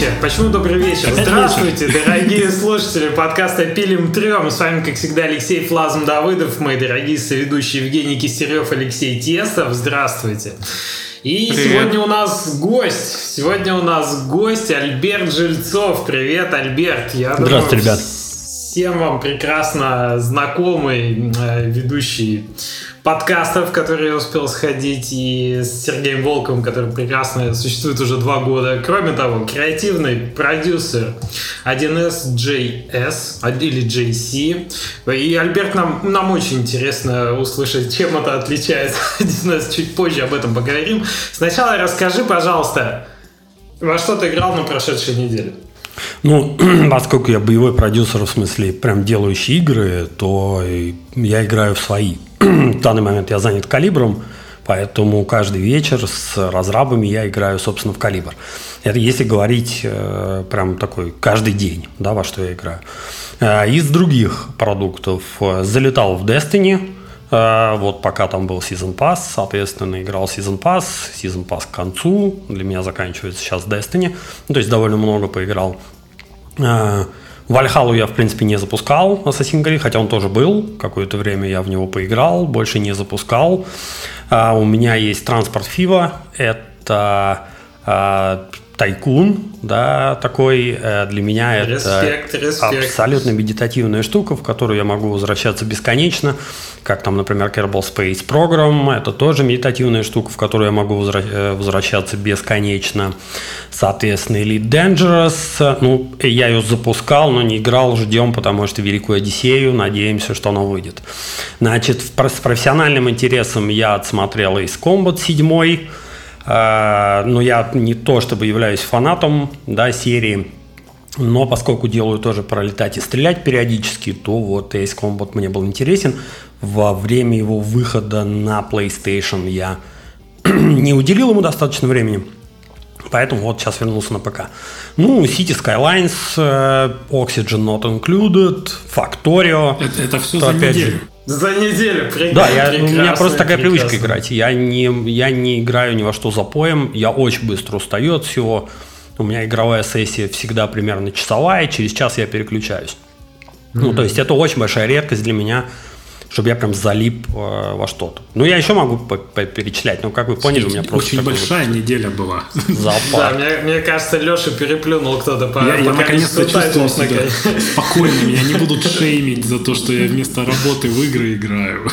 вечер. Почему добрый вечер? Опять Здравствуйте, вечер. Дорогие слушатели подкаста «Пилим трем». С вами, как всегда, Алексей Флазм Давыдов, мои дорогие соведущие Евгений Кистерев, Алексей Тестов. Здравствуйте. И сегодня у нас гость Альберт Жильцов. Привет, Альберт. Здравствуйте, ребят. Всем вам прекрасно знакомый ведущий подкастов, в которые я успел сходить, и с Сергеем Волковым, который прекрасно существует уже 2 года. Кроме того, креативный продюсер 1С или JC. И, Альберт, нам очень интересно услышать, чем это отличается 1С. Чуть позже об этом поговорим. Сначала расскажи, пожалуйста, во что ты играл на прошедшей неделе. Ну, поскольку я боевой продюсер, в смысле, прям делающий игры, то я играю в свои. В данный момент я занят Калибром, поэтому каждый вечер с разрабами я играю, собственно, в Калибр. Это если говорить прям такой каждый день, да, во что я играю. Из других продуктов залетал в Destiny. Вот пока там был Season Pass, соответственно, играл Season Pass к концу, для меня заканчивается сейчас Destiny, то есть довольно много поиграл. Вальхалу я, в принципе, не запускал, Assassin's Creed, хотя он тоже был, какое-то время я в него поиграл, больше не запускал. У меня есть Transport Fever, это тайкун, да, такой, для меня это абсолютно медитативная штука, в которую я могу возвращаться бесконечно, как там, например, Kerbal Space Program, это тоже медитативная штука, в которую я могу возвращаться бесконечно. Соответственно, Elite Dangerous, ну, я ее запускал, но не играл, ждем, потому что Великую Одиссею, надеемся, что она выйдет. Значит, с профессиональным интересом я отсмотрел Ace Combat 7, но я не то чтобы являюсь фанатом, да, серии, но поскольку делаю тоже пролетать и стрелять периодически, то вот Ace Combat мне был интересен. Во время его выхода на PlayStation я не уделил ему достаточно времени, поэтому вот сейчас вернулся на ПК. Ну, City Skylines, Oxygen Not Included, Factorio. Это все за неделю. За неделю, прекрасно. Да, у меня просто такая привычка играть. Я не играю ни во что запоем, я очень быстро устаю от всего. У меня игровая сессия всегда примерно часовая, через час я переключаюсь. Ну, то есть это очень большая редкость для меня, чтобы я прям залип во что-то. Ну, я еще могу перечислять, но, как вы поняли, у меня просто... Очень большая неделя была. Да, мне кажется, Леша переплюнул кто-то по Я наконец-то чувствую себя спокойно. Меня не будут шеймить за то, что я вместо работы в игры играю.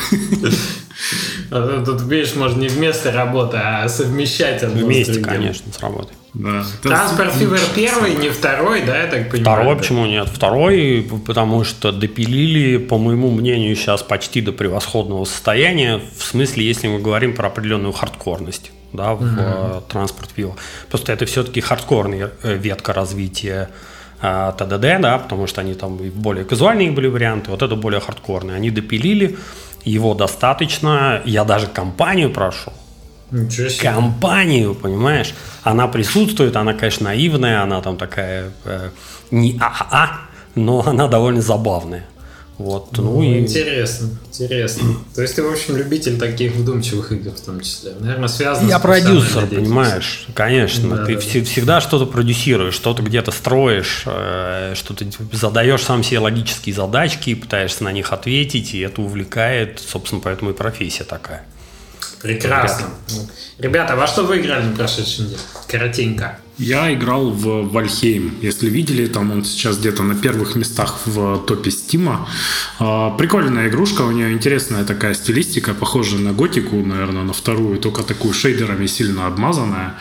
Тут, видишь, можно не вместо работы, а совмещать одно вместе, с другим. Конечно, с работой. Да. Transport Fever 1, не 2, да, я так понимаю? Второй, почему нет? Второй, потому что допилили, по моему мнению, сейчас почти до превосходного состояния, в смысле, если мы говорим про определенную хардкорность, да, в Transport Fever. Просто это все-таки хардкорная ветка развития ТДД, да, потому что они там и более казуальные были варианты, вот это более хардкорные. Они допилили, его достаточно, я даже кампанию прошел. Компанию, понимаешь? Она присутствует, она, конечно, наивная, она там такая не но она довольно забавная. Вот, Интересно. То есть ты, в общем, любитель таких вдумчивых игр в том числе. Наверное, связано я с продюсер, понимаешь? Конечно. Да, ты всегда что-то продюсируешь, что-то где-то строишь, что-то задаешь сам себе логические задачки, пытаешься на них ответить, и это увлекает, собственно, поэтому и профессия такая. Прекрасно. Ребята, во что вы играли на прошедшей неделе? Коротенько. Я играл в Вальхейм. Если видели, там он сейчас где-то на первых местах в топе Стима. Прикольная игрушка, у нее интересная такая стилистика, похожая на Готику, наверное, на вторую, только такую шейдерами сильно обмазанная.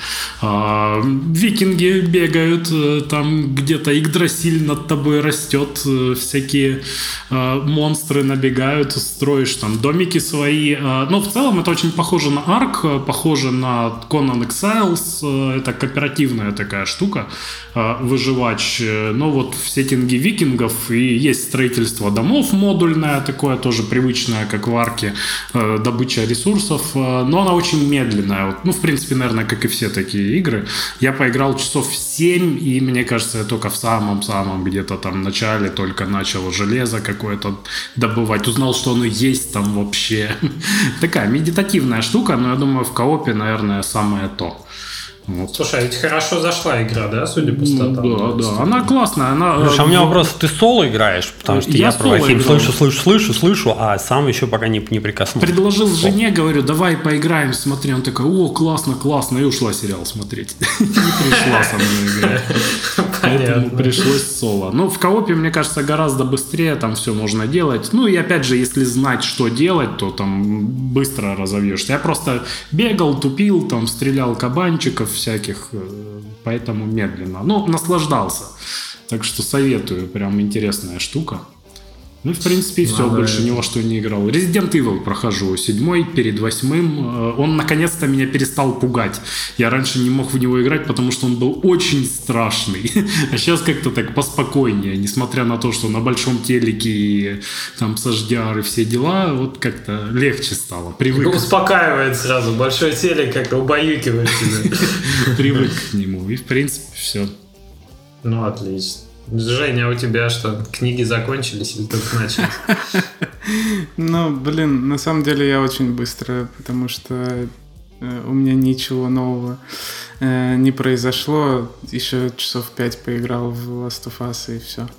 Викинги бегают, там где-то Игдрасиль над тобой растет, всякие монстры набегают, строишь там домики свои. Но в целом это очень похоже на Арк, похоже на Conan Exiles, это кооперативная такая штука, выживач, но вот в сеттинге викингов и есть строительство домов модульное, такое тоже привычное, как в Арке, добыча ресурсов, но она очень медленная, ну, в принципе, наверное, как и все такие игры. Я поиграл часов 7, и мне кажется, я только в самом-самом где-то там начале только начал железо какое-то добывать, узнал, что оно есть там вообще. Такая медитативная штука, но я думаю, в коопе, наверное, самое то. Вот. Слушай, а ведь хорошо зашла игра, да, судя по статам? Да, она классная. Слушай, а у меня вопрос, ты соло играешь? Потому что я про Ахим слышу, а сам еще пока не прикоснулся. Предложил жене, говорю, давай поиграем, смотри. Он такой, о, классно, и ушла сериал смотреть. Не пришла со мной играть. Поэтому пришлось соло. Ну, в коопе, мне кажется, гораздо быстрее там все можно делать. Ну, и опять же, если знать, что делать, то там быстро разовьешься. Я просто бегал, тупил, там, стрелял кабанчиков всяких, поэтому медленно. Ну, наслаждался. Так что советую, прям интересная штука. Ну, в принципе, и все, больше ни во что не играл. Resident Evil прохожу, 7 перед 8. Он, наконец-то, меня перестал пугать. Я раньше не мог в него играть, потому что он был очень страшный. А сейчас как-то так поспокойнее, несмотря на то, что на большом телеке и там HDR и все дела, вот как-то легче стало. Привык. Успокаивает сразу, большой телек как-то убаюкивает тебя. Привык к нему, и, в принципе, все. Ну, отлично. Женя, а у тебя что, книги закончились или только начались? Ну, блин, на самом деле я очень быстро, потому что у меня ничего нового не произошло. Еще часов 5 поиграл в Last of Us и все.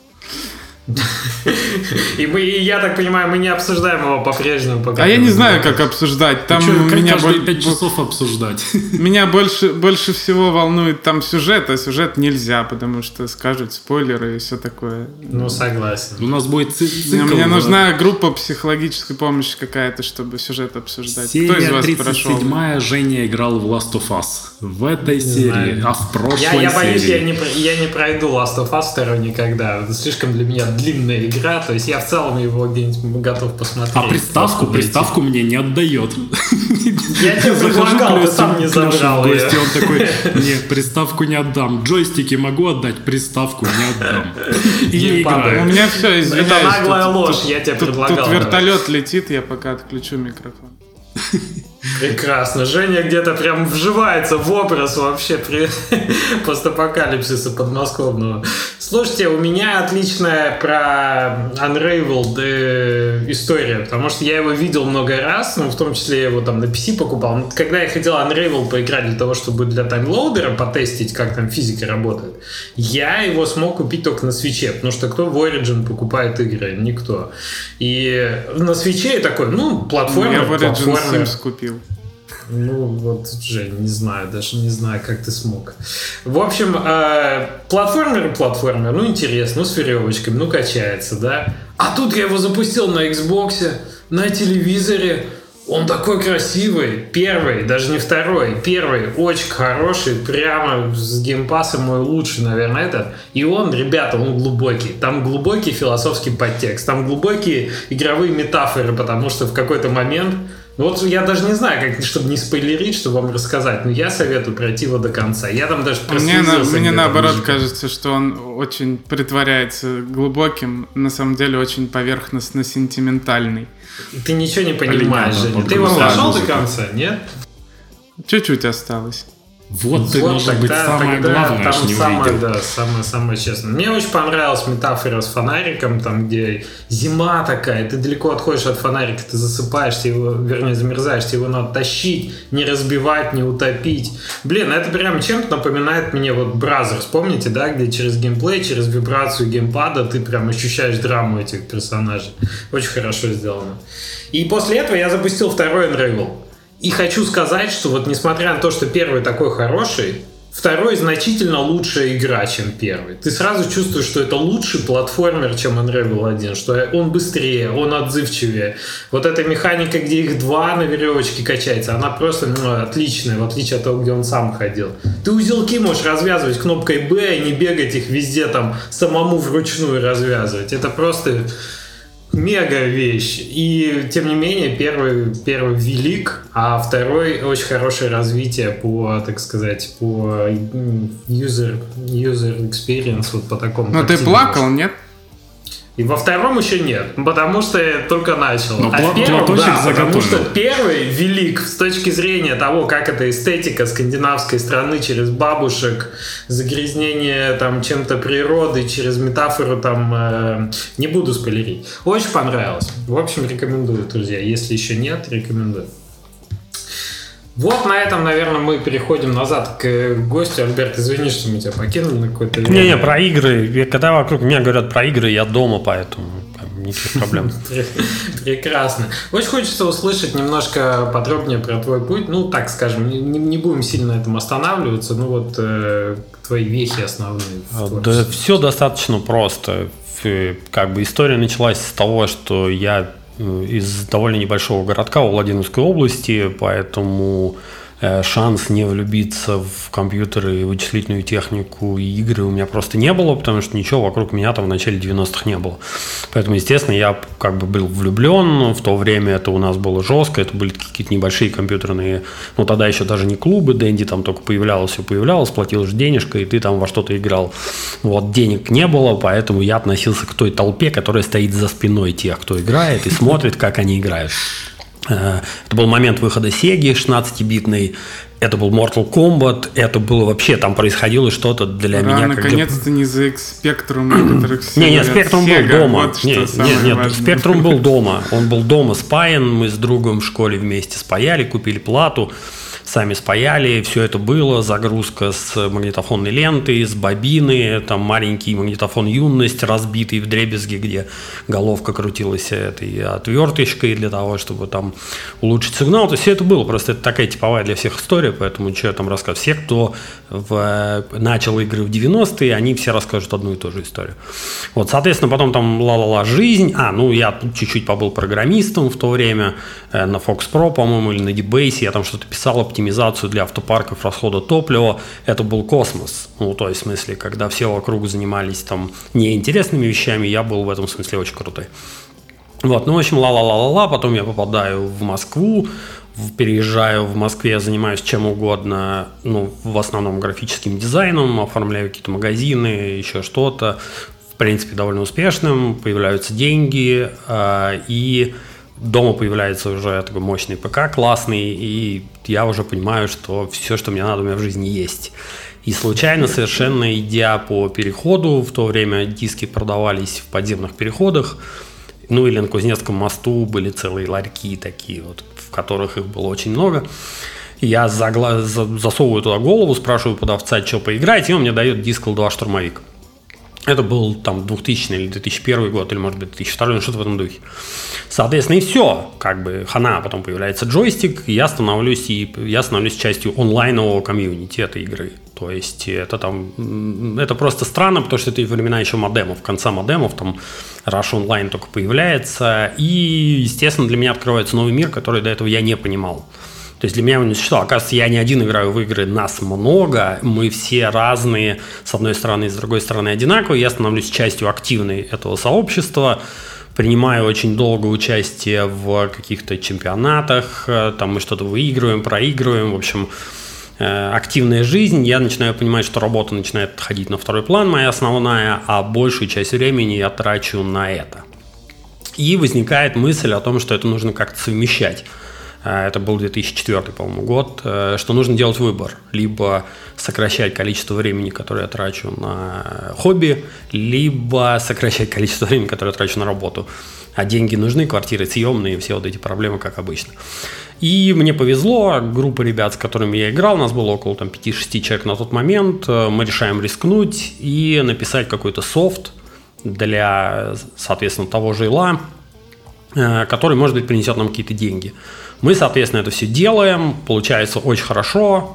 И я так понимаю, мы не обсуждаем его по-прежнему. А я не знаю, как обсуждать. Там меня каждые 5 часов обсуждать. Меня больше всего волнует там сюжет, а сюжет нельзя, потому что скажут спойлеры и все такое. Ну, согласен. У нас будет цикл. Мне нужна группа психологической помощи какая-то, чтобы сюжет обсуждать. Серия Кто из вас 37-я, Женя играл в Last of Us. В этой серии, а в прошлой серии. Я боюсь, я не пройду Last of Us 2 никогда. Это слишком для меня длинная игра, то есть я в целом его где-нибудь готов посмотреть. А приставку мне не отдает. Я тебе предлагал, ты сам не забрал ее. Он такой, нет, приставку не отдам. Джойстики могу отдать, приставку не отдам. И не играю. У меня все, извиняюсь. Это наглая ложь, я тебе предлагал. Тут вертолет летит, я пока отключу микрофон. Прекрасно. Женя где-то прям вживается в образ вообще постапокалипсиса подмосковного. Слушайте, у меня отличная про Unraveled история, потому что я его видел много раз, ну, в том числе я его там на PC покупал. Но когда я хотел Unravel поиграть для того, чтобы для таймлоудера потестить, как там физика работает, я его смог купить только на свитче, потому что кто в Origin покупает игры? Никто. И на свитче я такой, ну, платформер. Я в Origin Sims купил. Ну, вот, Жень, не знаю, даже не знаю, как ты смог. В общем, платформер, ну, интересно, ну, с веревочками, ну, качается, да? А тут я его запустил на Xbox, на телевизоре. Он такой красивый. Первый, даже не второй. Первый очень хороший. Прямо с геймпассом мой лучший, наверное, этот. И он, ребята, он глубокий. Там глубокий философский подтекст. Там глубокие игровые метафоры, потому что в какой-то момент... Вот я даже не знаю, как, чтобы не спойлерить, чтобы вам рассказать, но я советую пройти его до конца. Я там даже прослезился. Мне наоборот кажется, что он очень притворяется глубоким, на самом деле очень поверхностно-сентиментальный. Ты ничего не понимаешь, Женя. Ты его прошел до конца, нет? Чуть-чуть осталось. Вот ты, может быть, самое главное, там что не увидел. Да, самое честное. Мне очень понравилась метафора с фонариком, там, где зима такая, ты далеко отходишь от фонарика, ты засыпаешь, замерзаешь, тебе его надо тащить, не разбивать, не утопить. Блин, это прям чем-то напоминает мне вот Brothers, помните, да, где через геймплей, через вибрацию геймпада ты прям ощущаешь драму этих персонажей. Очень хорошо сделано. И после этого я запустил второй Unravel. И хочу сказать, что вот несмотря на то, что первый такой хороший, второй значительно лучшая игра, чем первый. Ты сразу чувствуешь, что это лучший платформер, чем Unravel 1, что он быстрее, он отзывчивее. Вот эта механика, где их два на веревочке качается, она просто отличная, в отличие от того, где он сам ходил. Ты узелки можешь развязывать кнопкой B, и не бегать их везде там самому вручную развязывать. Это просто... мега вещь. И тем не менее, первый велик, а второй очень хорошее развитие по, так сказать, по user experience, вот по такому. Но ты плакал, нет? И во втором еще нет, потому что я только начал. Но а в первом, да, потому что первый велик с точки зрения того, как эта эстетика скандинавской страны через бабушек, загрязнение там чем-то природы, через метафору там, не буду спойлерить. Очень понравилось. В общем, рекомендую, друзья. Если еще нет, рекомендую. Вот на этом, наверное, мы переходим назад к гостю. Альберт, извини, что мы тебя покинули на какой-то... Не-не, про игры. Когда вокруг меня говорят про игры, я дома, поэтому никаких проблем. Прекрасно. Очень хочется услышать немножко подробнее про твой путь. Ну, так скажем, не будем сильно на этом останавливаться. Ну, вот твои вехи основные. Да все достаточно просто. Как бы история началась с того, что я из довольно небольшого городка в Владимирской области, поэтому шанс не влюбиться в компьютеры, вычислительную технику и игры у меня просто не было, потому что ничего вокруг меня там в начале 90-х не было. Поэтому, естественно, я как бы был влюблен. В то время это у нас было жестко, это были какие-то небольшие компьютерные, ну тогда еще даже не клубы, Дэнди там только появлялось, платил денежка, и ты там во что-то играл. Вот денег не было, поэтому я относился к той толпе, которая стоит за спиной тех, кто играет и смотрит, как они играют. Это был момент выхода Sega 16-битной, это был Mortal Kombat, это было вообще, там происходило что-то для меня. Наконец-то не за Spectrum, о которых все Не, Spectrum был дома. Вот нет, Spectrum был дома. Он был дома спаян, мы с другом в школе вместе спаяли, купили плату, сами спаяли, все это было, загрузка с магнитофонной ленты, с бобины, там маленький магнитофон «Юность», разбитый вдребезги, где головка крутилась этой отверточкой для того, чтобы там улучшить сигнал. То есть все это было, просто это такая типовая для всех история, поэтому что я там рассказываю. Все, кто начал игры в 90-е, они все расскажут одну и ту же историю. Вот, соответственно, потом там ла-ла-ла жизнь. Я чуть-чуть побыл программистом в то время, на Fox Pro, по-моему, или на D-Base, я там что-то писал, оптимизацию для автопарков, расхода топлива. Это был космос. Ну, то есть, в смысле, когда все вокруг занимались там неинтересными вещами, я был в этом смысле очень крутой. Вот, ну, в общем, ла-ла-ла-ла-ла, потом я попадаю в Москву, переезжаю в Москве, занимаюсь чем угодно, ну, в основном графическим дизайном, оформляю какие-то магазины, еще что-то. В принципе, довольно успешным, появляются деньги, и дома появляется уже такой мощный ПК классный, и я уже понимаю, что все, что мне надо, у меня в жизни есть. И случайно совершенно, идя по переходу, в то время диски продавались в подземных переходах, ну или на Кузнецком мосту были целые ларьки такие вот, в которых их было очень много. Я засовываю туда голову, спрашиваю продавца, что поиграть, и он мне дает диск L2 «Штурмовик». Это был там 2000 или 2001 год, или может быть 2002, что-то в этом духе. Соответственно, и все, как бы хана, потом появляется джойстик, и я становлюсь частью онлайнового комьюнити этой игры. То есть это просто странно, потому что это и времена еще модемов, конца модемов, там Rush Online только появляется, и, естественно, для меня открывается новый мир, который до этого я не понимал. То есть для меня он не существовал. Оказывается, я не один играю в игры, нас много, мы все разные, с одной стороны и с другой стороны одинаковые. Я становлюсь частью активной этого сообщества, принимаю очень долго участие в каких-то чемпионатах, там мы что-то выигрываем, проигрываем, в общем, активная жизнь. Я начинаю понимать, что работа начинает отходить на второй план, моя основная, а большую часть времени я трачу на это. И возникает мысль о том, что это нужно как-то совмещать. Это был 2004, по-моему, год, что нужно делать выбор. Либо сокращать количество времени, которое я трачу на хобби, либо сокращать количество времени, которое я трачу на работу. А деньги нужны, квартиры съемные, все вот эти проблемы, как обычно. И мне повезло, группа ребят, с которыми я играл, у нас было около 5-6 человек на тот момент, мы решаем рискнуть и написать какой-то софт для, соответственно, того же ила, который, может быть, принесет нам какие-то деньги. Мы, соответственно, это все делаем, получается очень хорошо,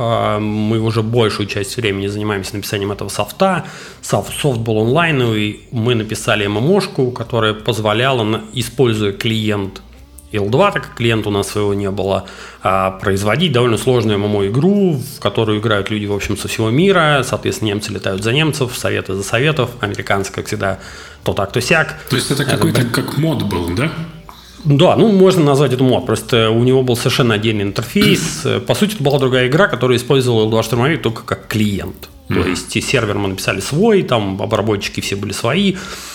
мы уже большую часть времени занимаемся написанием этого софта. Софт был онлайновый, мы написали ММОшку, которая позволяла, используя клиент L2, так как клиента у нас своего не было, производить довольно сложную ММО-игру, в которую играют люди, в общем, со всего мира. Соответственно, немцы летают за немцев, советы за советов, американцы, как всегда, то так, то сяк. То есть это какой-то как мод был, да? Да, ну можно назвать это мод, просто у него был совершенно отдельный интерфейс. По сути, это была другая игра, которая использовала L2 «Штурмовик» только как клиент. То есть и сервер мы написали свой, там обработчики все были свои.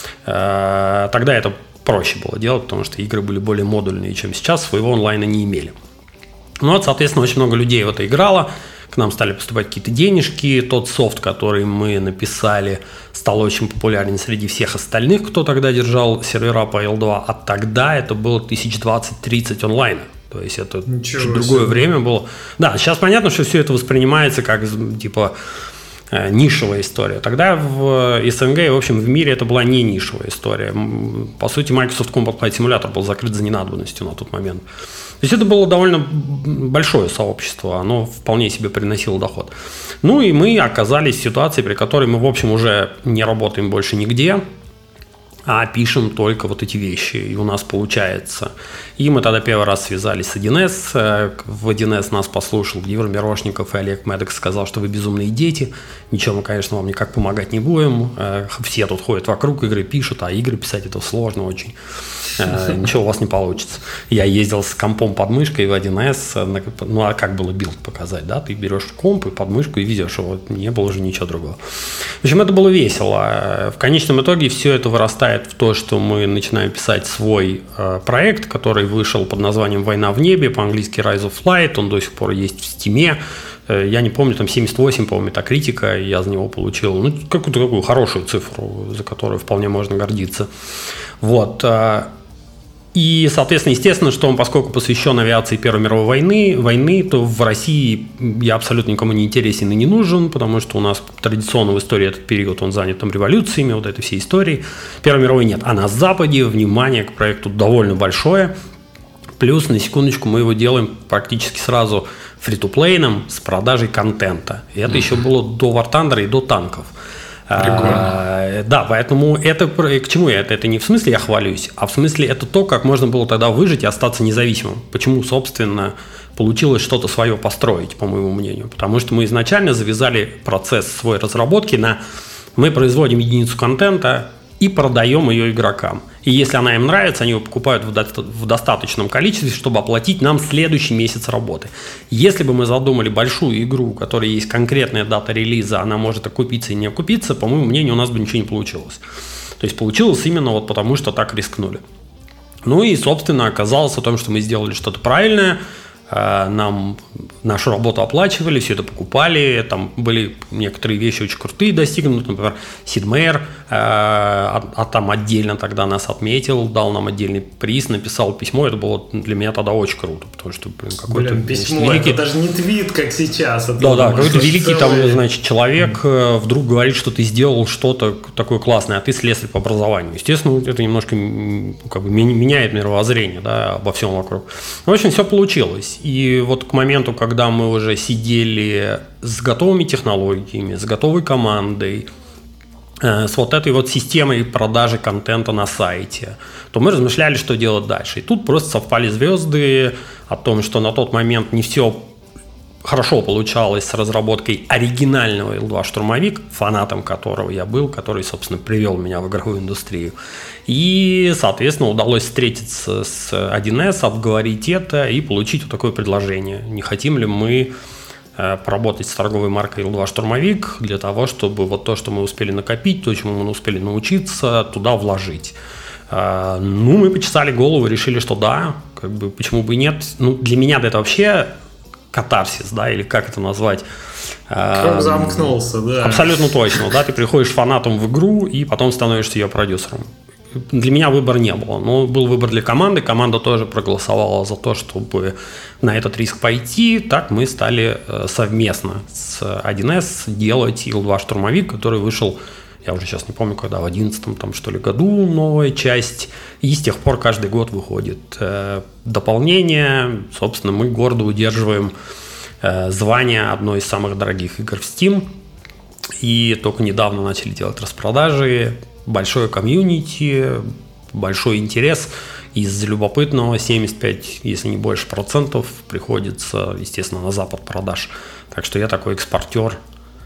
Тогда это проще было делать, потому что игры были более модульные, чем сейчас, своего онлайна не имели. Ну вот, соответственно, очень много людей в это играло. к нам стали поступать какие-то денежки, тот софт, который мы написали, стал очень популярен среди всех остальных, кто тогда держал сервера по L2, а тогда это было 1020-30 онлайна. То есть это чуть другое время было. Да, сейчас понятно, что все это воспринимается как типа нишевая история. Тогда в СНГ, в общем, в мире это была не нишевая история. По сути, Microsoft Combat Flight Simulator был закрыт за ненадобностью на тот момент. То есть это было довольно большое сообщество, оно вполне себе приносило доход. Ну и мы оказались в ситуации, при которой мы, в общем, уже не работаем больше нигде, а пишем только вот эти вещи, и у нас получается. И мы тогда первый раз связались с 1С, в 1С нас послушал Гивер Мирошников и Олег Медекс, сказал, что вы безумные дети, ничего мы, конечно, вам никак помогать не будем, все тут ходят вокруг, игры пишут, а игры писать это сложно очень, ничего у вас не получится. Я ездил с компом под мышкой в 1С, ну а как было билд показать, да, ты берешь комп и под мышку и ведешь его, не было уже ничего другого. В общем, это было весело. В конечном итоге все это вырастает в то, что мы начинаем писать свой проект, который вышел под названием «Война в небе», по-английски «Rise of Flight», он до сих пор есть в Steam. Я не помню, там 78, по-моему, метакритика, я за него получил, ну, какую-то такую хорошую цифру, за которую вполне можно гордиться. Вот. И, соответственно, естественно, что он, поскольку посвящен авиации Первой мировой войны, то в России я абсолютно никому не интересен и не нужен, потому что у нас традиционно в истории этот период, он занят там революциями, вот этой всей историей. Первой мировой нет. А на Западе внимание к проекту довольно большое. Плюс, на секундочку, мы его делаем практически сразу фри-то-плейным с продажей контента. И это еще было до War Thunder и до танков. Да, поэтому это к чему я это? Это не в смысле я хвалюсь, а в смысле это то, как можно было тогда выжить и остаться независимым. Почему, собственно, получилось что-то свое построить, по моему мнению. Потому что мы изначально завязали процесс своей разработки на мы производим единицу контента и продаем ее игрокам. И если она им нравится, они ее покупают в достаточном количестве, чтобы оплатить нам следующий месяц работы. Если бы мы задумали большую игру, у которой есть конкретная дата релиза, она может окупиться и не окупиться, по моему мнению, у нас бы ничего не получилось. То есть получилось именно вот потому, что так рискнули. Ну и, собственно, оказалось о том, что мы сделали что-то правильное, нам нашу работу оплачивали, все это покупали, там были некоторые вещи очень крутые достигнуты, например, Сид Мейер, там отдельно тогда нас отметил, дал нам отдельный приз, написал письмо, это было для меня тогда очень круто, потому что, какой-то письмо, великий... это даже не твит, как сейчас. Да, какой-то великий там, значит, человек вдруг говорит, что ты сделал что-то такое классное, а ты слесарь по образованию. Естественно, это немножко как бы меняет мировоззрение, да, обо всем вокруг. В общем, все получилось. И вот к моменту, когда мы уже сидели с готовыми технологиями, с готовой командой, с вот этой вот системой продажи контента на сайте, то мы размышляли, что делать дальше. И тут просто совпали звезды о том, что на тот момент не все хорошо получалось с разработкой оригинального Ил-2 «Штурмовик», фанатом которого я был, который, собственно, привел меня в игровую индустрию. И, соответственно, удалось встретиться с 1С, обговорить это и получить вот такое предложение. Не хотим ли мы поработать с торговой маркой Ил-2 «Штурмовик» для того, чтобы вот то, что мы успели накопить, то, чему мы успели научиться, туда вложить. Ну, мы почесали голову и решили, что да, как бы, почему бы и нет. Ну, для меня это вообще... катарсис, да, или как это назвать? Круг замкнулся, да. Абсолютно точно, да, ты приходишь фанатом в игру и потом становишься ее продюсером. Для меня выбора не было, но был выбор для команды, команда тоже проголосовала за то, чтобы на этот риск пойти, так мы стали совместно с 1С делать Ил-2 «Штурмовик», который вышел, я уже сейчас не помню, когда, в 2011 там, что ли, году новая часть, и с тех пор каждый год выходит дополнение. Собственно, мы гордо удерживаем звание одной из самых дорогих игр в Steam, и только недавно начали делать распродажи, большое комьюнити, большой интерес. Из любопытного 75, если не больше процентов приходится, естественно, на запад продаж. Так что я такой экспортер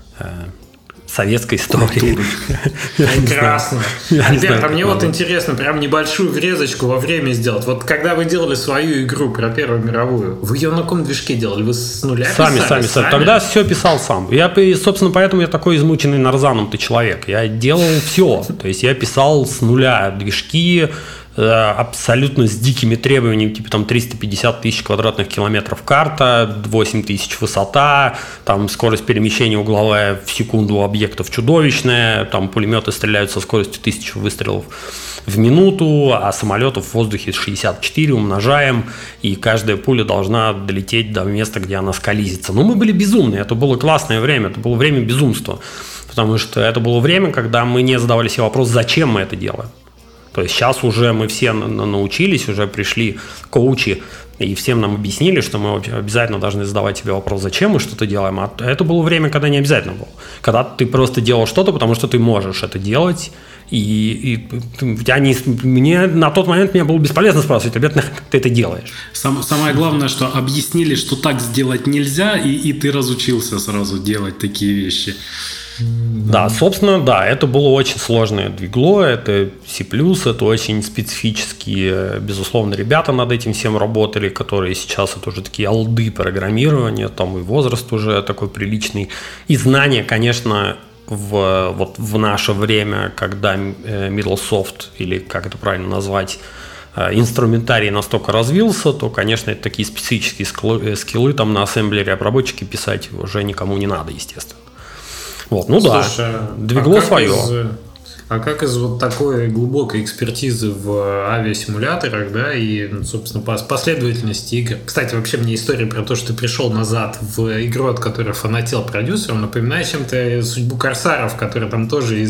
советской истории. Прекрасно. Альберт, а мне вот интересно, прям небольшую врезочку во время сделать. Вот когда вы делали свою игру про Первую мировую, вы ее на каком движке делали? Вы с нуля сами? Тогда все писал сам. Я, собственно, поэтому я такой измученный нарзаном ты человек. Я делал все. То есть я писал с нуля движки, абсолютно с дикими требованиями, типа там 350 тысяч квадратных километров карта, 8 тысяч высота, там скорость перемещения угловая в секунду объектов чудовищная, там пулеметы стреляют со скоростью 1000 выстрелов в минуту, а самолетов в воздухе 64 умножаем, и каждая пуля должна долететь до места, где она скользится. Но мы были безумны, это было классное время, это было время безумства, потому что это было время, когда мы не задавали себе вопрос, зачем мы это делаем. То есть сейчас уже мы все научились, уже пришли коучи, и всем нам объяснили, что мы обязательно должны задавать себе вопрос, зачем мы что-то делаем. А это было время, когда не обязательно было. Когда ты просто делал что-то, потому что ты можешь это делать, мне на тот момент мне было бесполезно спрашивать, ребят, нахрен ты это делаешь? Самое главное, что объяснили, что так сделать нельзя, и ты разучился сразу делать такие вещи. Да, собственно, да, это было очень сложное двигло, это C++, это очень специфические, безусловно, ребята над этим всем работали, которые сейчас это уже такие олды программирования, там и возраст уже такой приличный, и знания, конечно, в наше время, когда MiddleSoft, или как это правильно назвать, инструментарий настолько развился, то, конечно, это такие специфические скиллы там на ассемблере обработчике писать уже никому не надо, естественно. Вот, ну слушай, да, двигло свое. А как из вот такой глубокой экспертизы в авиасимуляторах, да, и, собственно, по последовательности игр. Кстати, вообще мне история про то, что ты пришел назад в игру, от которой фанател продюсером, напоминает чем-то судьбу Корсаров, которые там тоже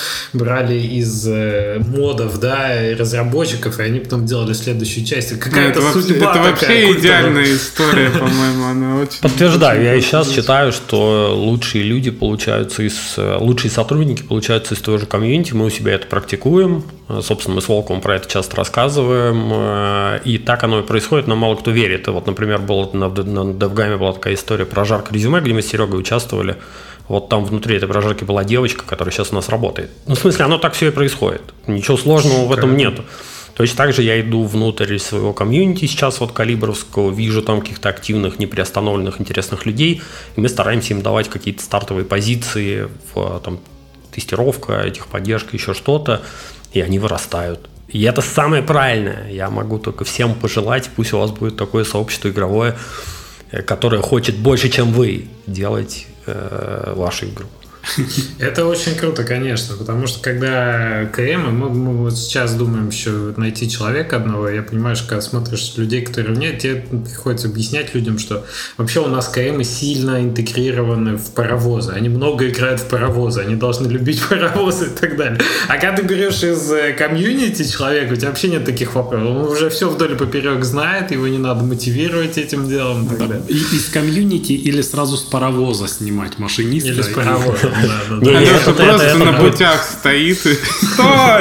брали из модов, да, разработчиков, и они потом делали следующую часть. Какая-то судьба это вообще такая, идеальная история, по-моему, она очень... Подтверждаю, я и сейчас считаю, что лучшие люди получаются лучшие сотрудники получаются из того же комьюнити. Мы у себя это практикуем. Собственно, мы с Волковым про это часто рассказываем. И так оно и происходит, но мало кто верит. И вот, например, на DevGame была такая история про прожарка резюме, где мы с Серегой участвовали. Вот там внутри этой прожарки была девочка, которая сейчас у нас работает. Ну, в смысле, оно так все и происходит. Ничего сложного в этом нету. Точно так же я иду внутрь своего комьюнити сейчас, вот калибровского, вижу там каких-то активных, неприостановленных, интересных людей, и мы стараемся им давать какие-то стартовые позиции там, тестировка, техподдержка, еще что-то, и они вырастают. И это самое правильное. Я могу только всем пожелать, пусть у вас будет такое сообщество игровое, которое хочет больше, чем вы, делать вашу игру. Это очень круто, конечно, потому что когда КМ, мы вот сейчас думаем еще найти человека одного, я понимаю, что когда смотришь людей, которые нет, тебе приходится объяснять людям, что вообще у нас КМы сильно интегрированы в паровозы, они много играют в паровозы, они должны любить паровозы и так далее. А когда ты берешь из комьюнити человека, у тебя вообще нет таких вопросов, он уже все вдоль и поперек знает, его не надо мотивировать этим делом и так далее. Из комьюнити или сразу с паровоза снимать машиниста? Или с паровоза. Андрюша просто на путях стоит и... Стой!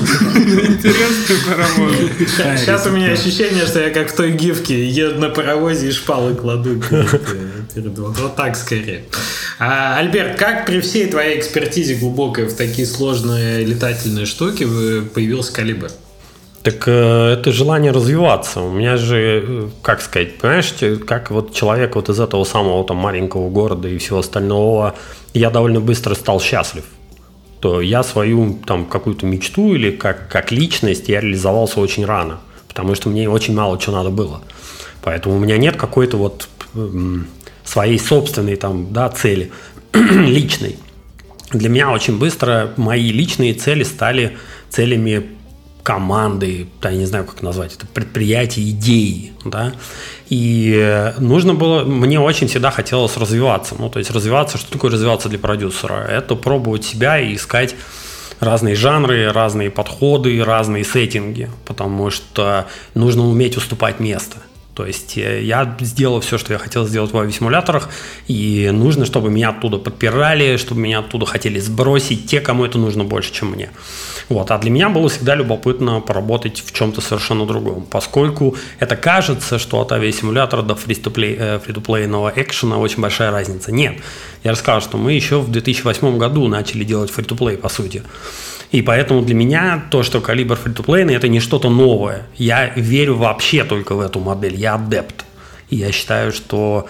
Интересный паровоз. Сейчас у меня ощущение, что я как в той гифке еду на паровозе и шпалы кладу перед вот так скорее. Альберт, как при всей твоей экспертизе глубокой в такие сложные летательные штуки появился Калибр? Так это желание развиваться. У меня же, как сказать, понимаешь, как вот человек вот из этого самого там маленького города и всего остального, я довольно быстро стал счастлив. То я свою там какую-то мечту или как личность я реализовался очень рано, потому что мне очень мало чего надо было. Поэтому у меня нет какой-то вот своей собственной там, да, цели личной. Для меня очень быстро мои личные цели стали целями команды, я не знаю, как назвать это, предприятия, идеи, да, и нужно было, мне очень всегда хотелось развиваться, ну, то есть развиваться, что такое развиваться для продюсера? Это пробовать себя и искать разные жанры, разные подходы, разные сеттинги, потому что нужно уметь уступать место. То есть я сделал все, что я хотел сделать в авиасимуляторах, и нужно, чтобы меня оттуда подпирали, чтобы меня оттуда хотели сбросить те, кому это нужно больше, чем мне. Вот. А для меня было всегда любопытно поработать в чем-то совершенно другом, поскольку это кажется, что от авиасимулятора до фри-то-плейного экшена очень большая разница. Нет. Я рассказал, что мы еще в 2008 году начали делать фри-то-плей, по сути. И поэтому для меня то, что Калибр фри-то-плейный, это не что-то новое. Я верю вообще только в эту модель. Я адепт. И я считаю, что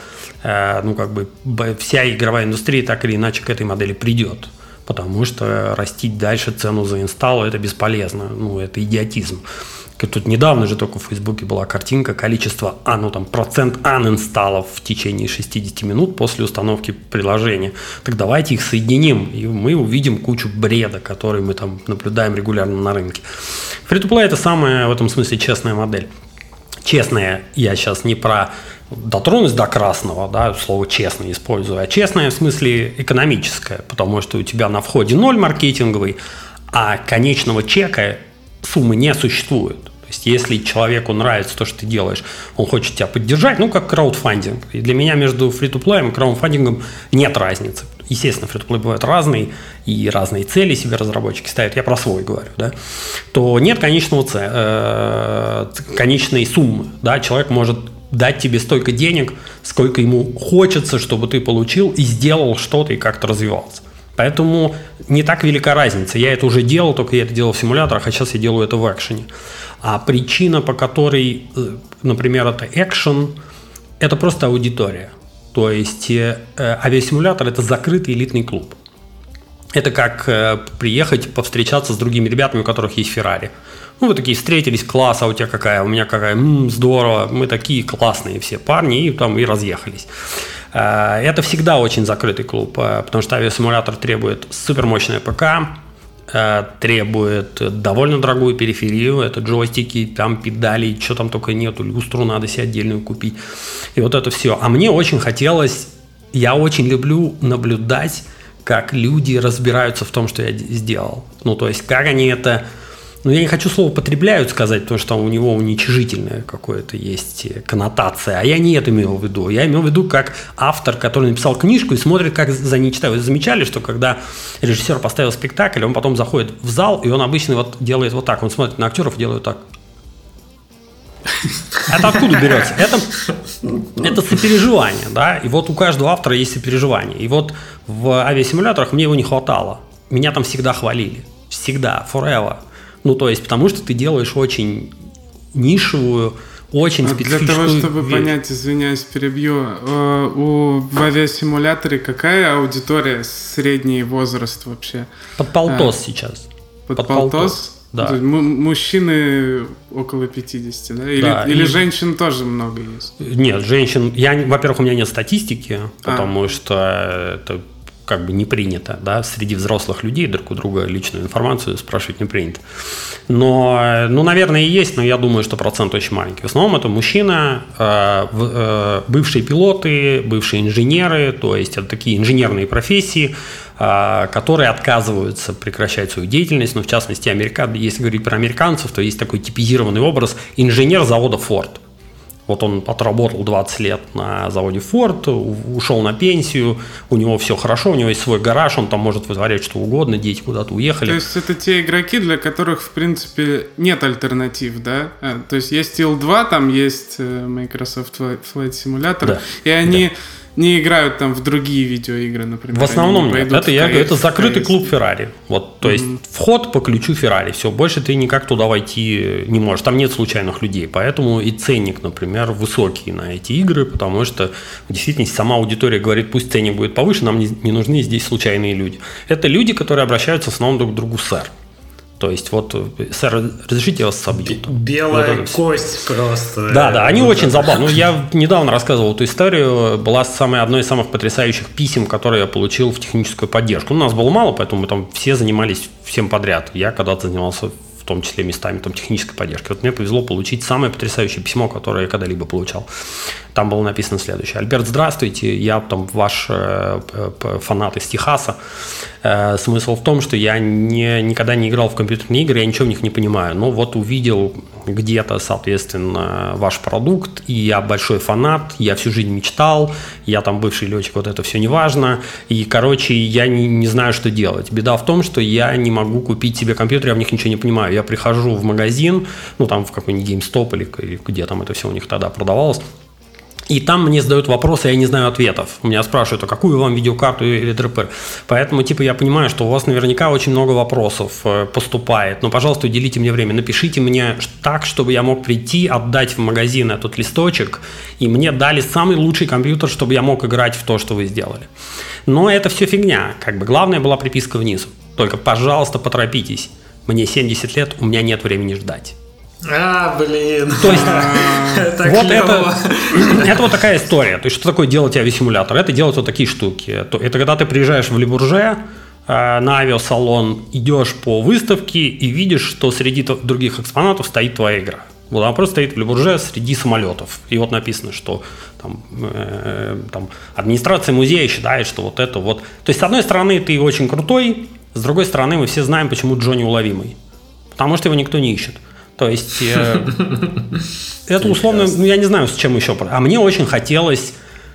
вся игровая индустрия так или иначе к этой модели придет. Потому что растить дальше цену за инсталл – это бесполезно. Ну, это идиотизм. Тут недавно же только в Фейсбуке была картинка, количество, процент анинсталлов в течение 60 минут после установки приложения. Так давайте их соединим, и мы увидим кучу бреда, который мы там наблюдаем регулярно на рынке. Free-to-play – это самая в этом смысле честная модель. Честная, я сейчас не про дотронусь до красного, да, слово «честно» использую, а честная в смысле экономическая, потому что у тебя на входе 0 маркетинговый, а конечного чека суммы не существует. То есть, если человеку нравится то, что ты делаешь, он хочет тебя поддержать, как краудфандинг. И для меня между фри-то-плеем и краудфандингом нет разницы. Естественно, фри-то-плей бывают разные, и разные цели себе разработчики ставят. Я про свой говорю, да. То нет конечной суммы. Да? Человек может дать тебе столько денег, сколько ему хочется, чтобы ты получил и сделал что-то и как-то развивался. Поэтому не так велика разница. Я это уже делал, только я это делал в симуляторах, а сейчас я делаю это в экшене. А причина, по которой, например, это экшен, это просто аудитория. То есть авиасимулятор – это закрытый элитный клуб. Это как приехать повстречаться с другими ребятами, у которых есть Феррари. Вы такие встретились, класс, а у тебя какая, у меня какая, здорово, мы такие классные все парни, и разъехались. Это всегда очень закрытый клуб, потому что авиасимулятор требует супермощное ПК, требует довольно дорогую периферию, это джойстики, там педали, что там только нету, люстру надо себе отдельную купить. И вот это все. А мне очень хотелось, я очень люблю наблюдать, как люди разбираются в том, что я сделал. То есть, как они это... я не хочу слово «потребляют» сказать, потому что у него уничижительная какое-то есть коннотация. А я не это имел в виду. Я имел в виду как автор, который написал книжку и смотрит, как за ней читают. Вы замечали, что когда режиссер поставил спектакль, он потом заходит в зал, и он обычно делает вот так. Он смотрит на актеров и делает так. Это откуда берется? Это сопереживание, да? И вот у каждого автора есть сопереживание. И вот в авиасимуляторах мне его не хватало. Меня там всегда хвалили. Всегда, forever. То есть, потому что ты делаешь очень нишевую, очень специфическую... Для того, чтобы понять, извиняюсь, перебью, в авиасимуляторе какая аудитория, средний возраст вообще? Под полтос сейчас. Под полтос? Да. Мужчины около 50, да? Или женщин тоже много есть? Нет, женщин... Во-первых, у меня нет статистики, потому что это... не принято, да, среди взрослых людей друг у друга личную информацию спрашивать не принято. Но, наверное, и есть, но я думаю, что процент очень маленький. В основном это мужчина, бывшие пилоты, бывшие инженеры, то есть это такие инженерные профессии, которые отказываются прекращать свою деятельность. Но в частности, если говорить про американцев, то есть такой типизированный образ инженер завода Ford. Вот он отработал 20 лет на заводе Ford, ушел на пенсию, у него все хорошо, у него есть свой гараж, он там может вытворять что угодно, дети куда-то уехали. То есть это те игроки, для которых, в принципе, нет альтернатив, да? То есть есть Ил-2, там есть Microsoft Flight Simulator, да, и они... Да. Не играют там в другие видеоигры, например. В основном нет. Это закрытый клуб Ferrari. То есть вход по ключу Ferrari. Все, больше ты никак туда войти не можешь. Там нет случайных людей. Поэтому и ценник, например, высокий на эти игры, потому что в действительности сама аудитория говорит, пусть ценник будет повыше, нам не нужны здесь случайные люди. Это люди, которые обращаются в основном друг к другу «сэр». То есть, сэр, разрешите я вас собью? Белая кость просто. Да, они очень забавные. Я недавно рассказывал эту историю. Была одной из самых потрясающих писем, которые я получил в техническую поддержку. У нас было мало, поэтому мы там все занимались всем подряд. Я когда-то занимался в том числе местами технической поддержки. Мне повезло получить самое потрясающее письмо, которое я когда-либо получал. Там было написано следующее. Альберт, здравствуйте, я ваш фанат из Техаса. Смысл в том, что я никогда не играл в компьютерные игры, я ничего в них не понимаю. Но увидел где-то, соответственно, ваш продукт, и я большой фанат, я всю жизнь мечтал, я бывший летчик, это все не важно. И, я не знаю, что делать. Беда в том, что я не могу купить себе компьютер, я в них ничего не понимаю. Я прихожу в магазин, в какой-нибудь GameStop или где там это все у них тогда продавалось, и там мне задают вопросы, я не знаю ответов. Меня спрашивают, а какую вам видеокарту или ДРП? Поэтому, я понимаю, что у вас наверняка очень много вопросов поступает. Но, пожалуйста, уделите мне время. Напишите мне так, чтобы я мог прийти, отдать в магазин этот листочек, и мне дали самый лучший компьютер, чтобы я мог играть в то, что вы сделали. Но это все фигня. Главное была приписка внизу. Только, пожалуйста, поторопитесь. Мне 70 лет, у меня нет времени ждать. Блин. То есть, вот это вот такая история. То есть, что такое делать авиасимулятор? Это делать вот такие штуки. Это когда ты приезжаешь в Le Bourget на авиасалон, идешь по выставке и видишь, что среди других экспонатов стоит твоя игра. Вот она просто стоит в Le Bourget среди самолетов. И вот написано, что там администрация музея считает, что вот это вот... То есть, с одной стороны, ты очень крутой, с другой стороны, мы все знаем, почему Джо неуловимый. Потому что его никто не ищет. То есть, это условно, я не знаю, с чем еще. А мне очень хотелось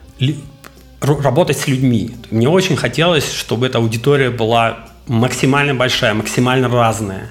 работать с людьми. Мне очень хотелось, чтобы эта аудитория была максимально большая, максимально разная.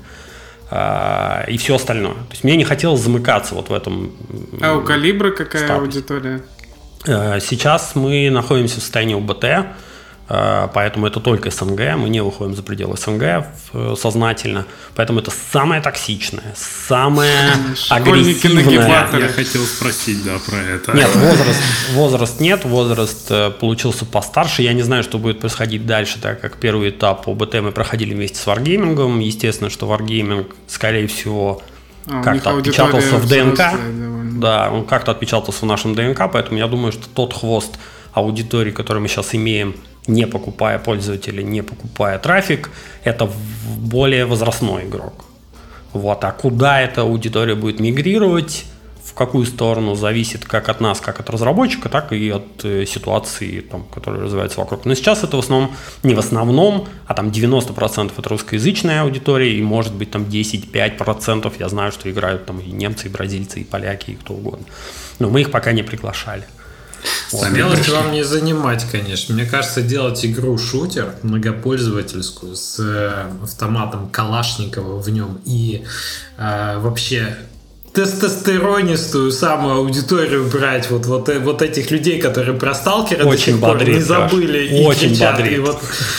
И все остальное. То есть, мне не хотелось замыкаться вот в этом. А у Калибра какая аудитория? Сейчас мы находимся в состоянии УБТ. Поэтому это только СНГ, мы не выходим за пределы СНГ сознательно, поэтому это самое токсичное, самое агрессивное. Я хотел спросить, про это. Нет, возраст нет, возраст получился постарше, я не знаю, что будет происходить дальше, так как первый этап ОБТ мы проходили вместе с Wargaming, естественно, что Wargaming, скорее всего, как-то отпечатался в ДНК, да, он как-то отпечатался в нашем ДНК, поэтому я думаю, что тот хвост аудитории, который мы сейчас имеем, не покупая пользователей, не покупая трафик, это более возрастной игрок. Вот. А куда эта аудитория будет мигрировать, в какую сторону, зависит как от нас, как от разработчика, так и от ситуации, которая развивается вокруг. Но сейчас это в основном, не в основном, а 90% это русскоязычная аудитория, и может быть 10-5% я знаю, что играют и немцы, и бразильцы, и поляки, и кто угодно. Но мы их пока не приглашали. Смелость вам не занимать, конечно. Мне кажется, делать игру-шутер многопользовательскую с автоматом Калашникова в нем и вообще тестостеронистую самую аудиторию брать, вот этих людей, которые про сталкера до сих пор не забыли и очень кричат. Бодрит. И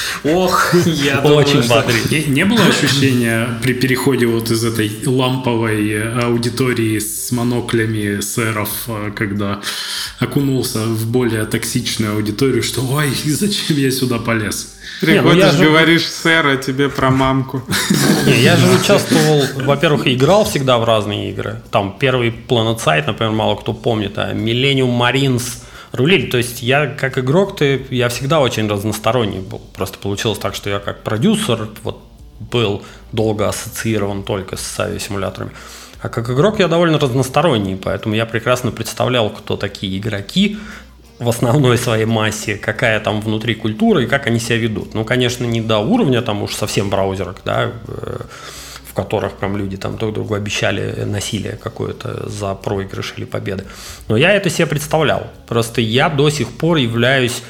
я думаю, очень что... Не было ощущения при переходе вот из этой ламповой аудитории с моноклями сэров, когда окунулся в более токсичную аудиторию, что ой, зачем я сюда полез? Приходишь, говоришь, сэр, а тебе про мамку. Я же участвовал, во-первых, играл всегда в разные игры. Там первый PlanetSide, например, мало кто помнит, а Millennium Marines рулили. То есть я как игрок, я всегда очень разносторонний был. Просто получилось так, что я как продюсер был долго ассоциирован только с авиасимуляторами. А как игрок я довольно разносторонний, поэтому я прекрасно представлял, кто такие игроки в основной своей массе, какая там внутри культура и как они себя ведут. Ну, конечно, не до уровня там уж совсем браузерок, да, в которых прям люди там друг другу обещали насилие какое-то за проигрыш или победы. Но я это себе представлял. Просто я до сих пор являюсь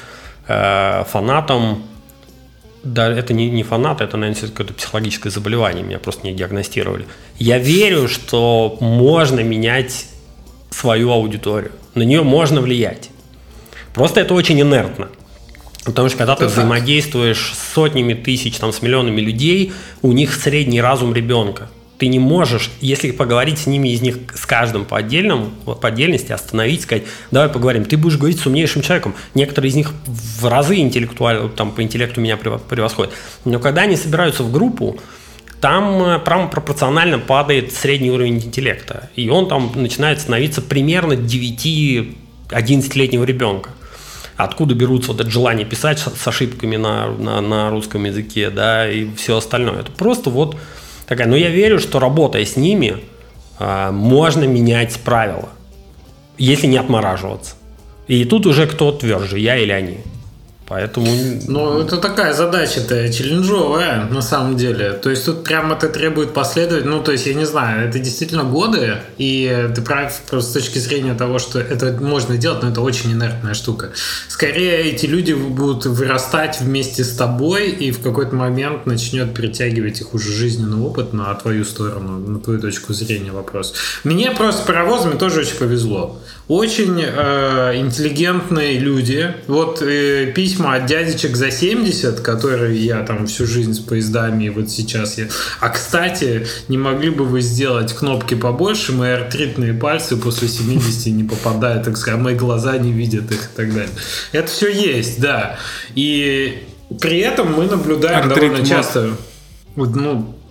фанатом. Да, это не фанат, это, наверное, какое-то психологическое заболевание, меня просто не диагностировали. Я верю, что можно менять свою аудиторию, на нее можно влиять. Просто это очень инертно. Потому что когда ты взаимодействуешь с сотнями тысяч, с миллионами людей, у них средний разум ребенка. Ты не можешь, если поговорить с ними, из них с каждым по отдельности, остановить, сказать, давай поговорим. Ты будешь говорить с умнейшим человеком. Некоторые из них в разы интеллектуально, по интеллекту меня превосходят. Но когда они собираются в группу, там прямо пропорционально падает средний уровень интеллекта. И он там начинает становиться примерно 9-11-летнего ребенка. Откуда берутся это желание писать с ошибками на русском языке, да, и все остальное. Это просто такая. Но я верю, что работая с ними, можно менять правила, если не отмораживаться. И тут уже кто тверже, я или они. Поэтому... Ну, это такая задача-то челленджовая, на самом деле. То есть тут прямо это требует последовательно. Ну, то есть, я не знаю, это действительно годы, и ты прав просто с точки зрения того, что это можно делать, но это очень инертная штука. Скорее, эти люди будут вырастать вместе с тобой, и в какой-то момент начнет перетягивать их уже жизненный опыт на твою сторону, на твою точку зрения вопрос. Мне просто с паровозами тоже очень повезло. Очень интеллигентные люди. Письма от дядечек за 70, которые я там всю жизнь с поездами, и вот сейчас я... А, кстати, не могли бы вы сделать кнопки побольше? Мои артритные пальцы после 70 не попадают, так сказать, мои глаза не видят их и так далее. Это все есть, да. И при этом мы наблюдаем довольно часто...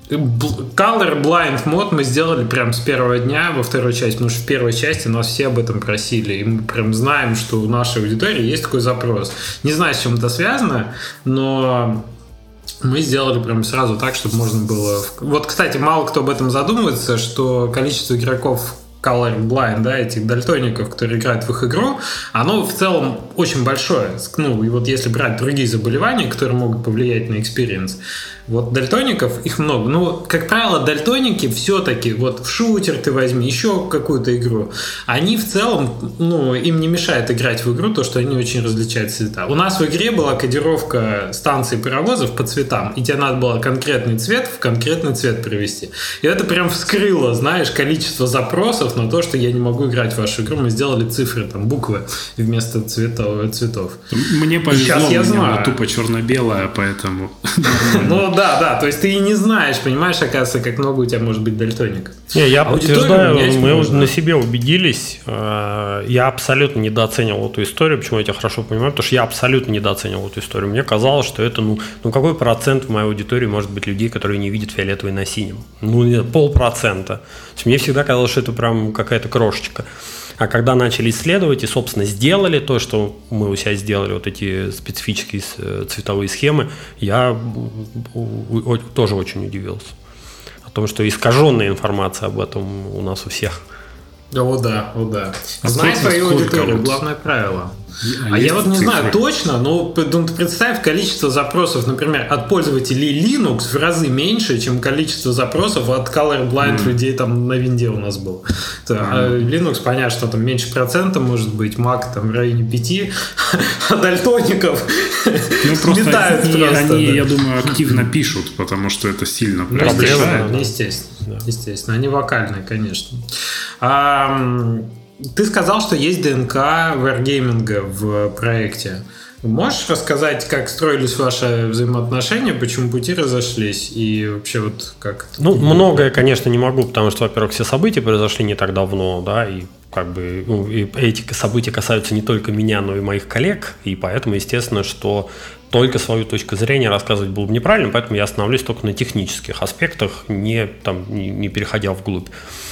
Colorblind мод мы сделали прям с первого дня во второй части, потому что в первой части нас все об этом просили, и мы прям знаем, что у нашей аудитории есть такой запрос. Не знаю, с чем это связано, но мы сделали прям сразу так, чтобы можно было... Вот, кстати, мало кто об этом задумывается, что количество игроков colorblind, да, этих дальтоников, которые играют в их игру, оно в целом очень большое. Ну, и вот если брать другие заболевания, которые могут повлиять на experience, вот дальтоников, их много. Ну, как правило, дальтоники все-таки, вот в шутер ты возьми, еще какую-то игру, они в целом, ну, им не мешает играть в игру то, что они очень различают цвета. У нас в игре была кодировка станций паровозов по цветам, и тебе надо было конкретный цвет в конкретный цвет привести. И это прям вскрыло, знаешь, количество запросов на то, что я не могу играть в вашу игру. Мы сделали цифры, там, буквы вместо цветов. Мне повезло, сейчас я знаю. Она тупо черно-белая, поэтому... Ну да, то есть ты и не знаешь, понимаешь, оказывается, как много у тебя может быть дальтоников. Я подтверждаю, мы уже на себе убедились. Я абсолютно недооценивал эту историю. Почему я тебя хорошо понимаю? Потому что я абсолютно недооценивал эту историю. Мне казалось, что это, ну какой процент в моей аудитории может быть людей, которые не видят фиолетовый на синем? Ну, 0,5%. То есть мне всегда казалось, что это прям какая-то крошечка. А когда начали исследовать и, собственно, сделали то, что мы у себя сделали, вот эти специфические цветовые схемы, я тоже очень удивился. О том, что искаженная информация об этом у нас у всех. О да. Знай свою аудиторию, главное правило. А я вот не знаю точно, но ты представь, количество запросов, например, от пользователей Linux в разы меньше, чем количество запросов от colorblind людей там на винде у нас было. Linux, понятно, что там меньше процента может быть, Mac там в районе 5, а дальтоников летают просто. Они, я думаю, активно пишут, потому что это сильно проблема. Естественно, они вокальные, конечно. Ты сказал, что есть ДНК варгейминга в проекте. Можешь рассказать, как строились ваши взаимоотношения, почему пути разошлись и вообще вот как? Многое, конечно, не могу, потому что, во-первых, все события произошли не так давно, да, и как бы и эти события касаются не только меня, но и моих коллег, и поэтому, естественно, что только свою точку зрения рассказывать было бы неправильно, поэтому я остановлюсь только на технических аспектах, не переходя вглубь.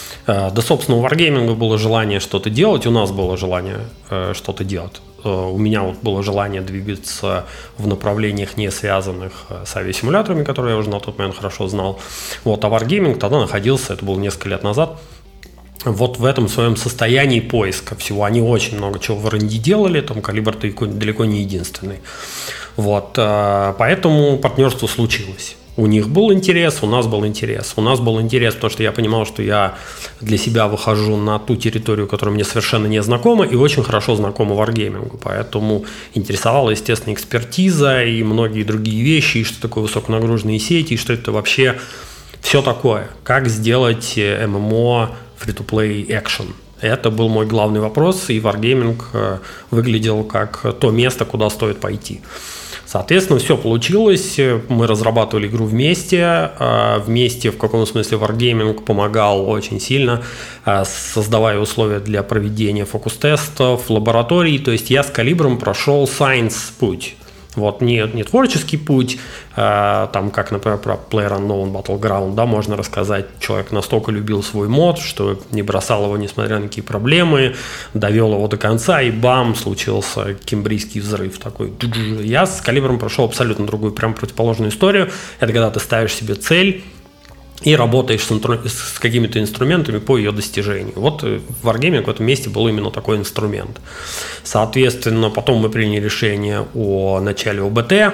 Да, собственно, у Wargaming было желание что-то делать, у нас было желание что-то делать. У меня вот было желание двигаться в направлениях, не связанных с авиасимуляторами, которые я уже на тот момент хорошо знал. Вот, а Wargaming тогда находился, это было несколько лет назад, вот в этом своем состоянии поиска всего. Они очень много чего в R&D делали, там Калибр-то далеко не единственный. Вот, поэтому партнерство случилось. У них был интерес, у нас был интерес. У нас был интерес, потому что я понимал, что я для себя выхожу на ту территорию, которая мне совершенно не знакома и очень хорошо знакома Wargaming. Поэтому интересовала, естественно, экспертиза и многие другие вещи, и что такое высоконагруженные сети, и что это вообще все такое. Как сделать ММО free-to-play action. Это был мой главный вопрос, и Wargaming выглядел как то место, куда стоит пойти. Соответственно, все получилось, мы разрабатывали игру вместе, в каком смысле Wargaming помогал очень сильно, создавая условия для проведения фокус-тестов, лабораторий, то есть я с Калибром прошел science путь. Вот, не творческий путь, там, как, например, про PlayerUnknown Battleground, да, можно рассказать. Человек настолько любил свой мод, что не бросал его, несмотря на какие проблемы, довел его до конца, и бам, случился кембрийский взрыв такой. Я с Калибром прошел абсолютно другую, прям противоположную историю. Это когда ты ставишь себе цель и работаешь с какими-то инструментами по ее достижению. Вот в Wargaming в этом месте был именно такой инструмент. Соответственно, потом мы приняли решение о начале ОБТ.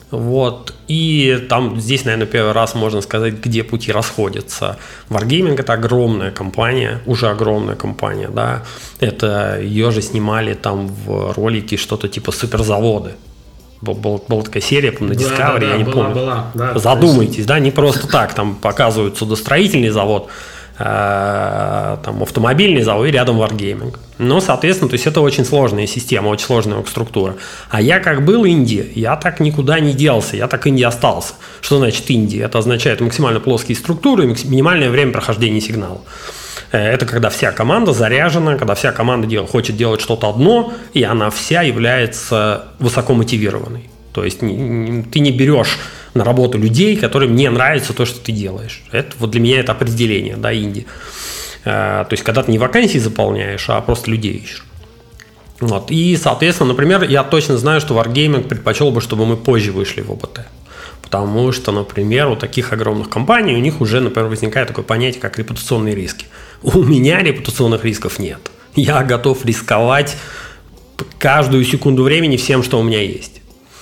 Вот, и там здесь, наверное, первый раз можно сказать, где пути расходятся. Wargaming — это огромная компания, уже огромная компания, да. Это ее же снимали там в ролике что-то типа суперзаводы. Была такая серия на Discovery, я не помню. Задумайтесь, да, не просто так, там показывают судостроительный завод, там автомобильный завод и рядом Wargaming. Но, соответственно, то есть это очень сложная система, очень сложная структура. А я как был инди, я так никуда не делся, я так инди остался. Что значит инди? Это означает максимально плоские структуры и минимальное время прохождения сигнала. Это когда вся команда заряжена, когда вся команда хочет делать что-то одно, и она вся является высоко мотивированной. То есть ты не берешь на работу людей, которым не нравится то, что ты делаешь. Это вот для меня это определение, да, инди. То есть, когда ты не вакансии заполняешь, а просто людей ищешь. Вот. И, соответственно, например, я точно знаю, что Wargaming предпочел бы, чтобы мы позже вышли в ОБТ. Потому что, например, у таких огромных компаний, у них уже, например, возникает такое понятие, как репутационные риски. У меня репутационных рисков нет. Я готов рисковать каждую секунду времени всем, что у меня есть.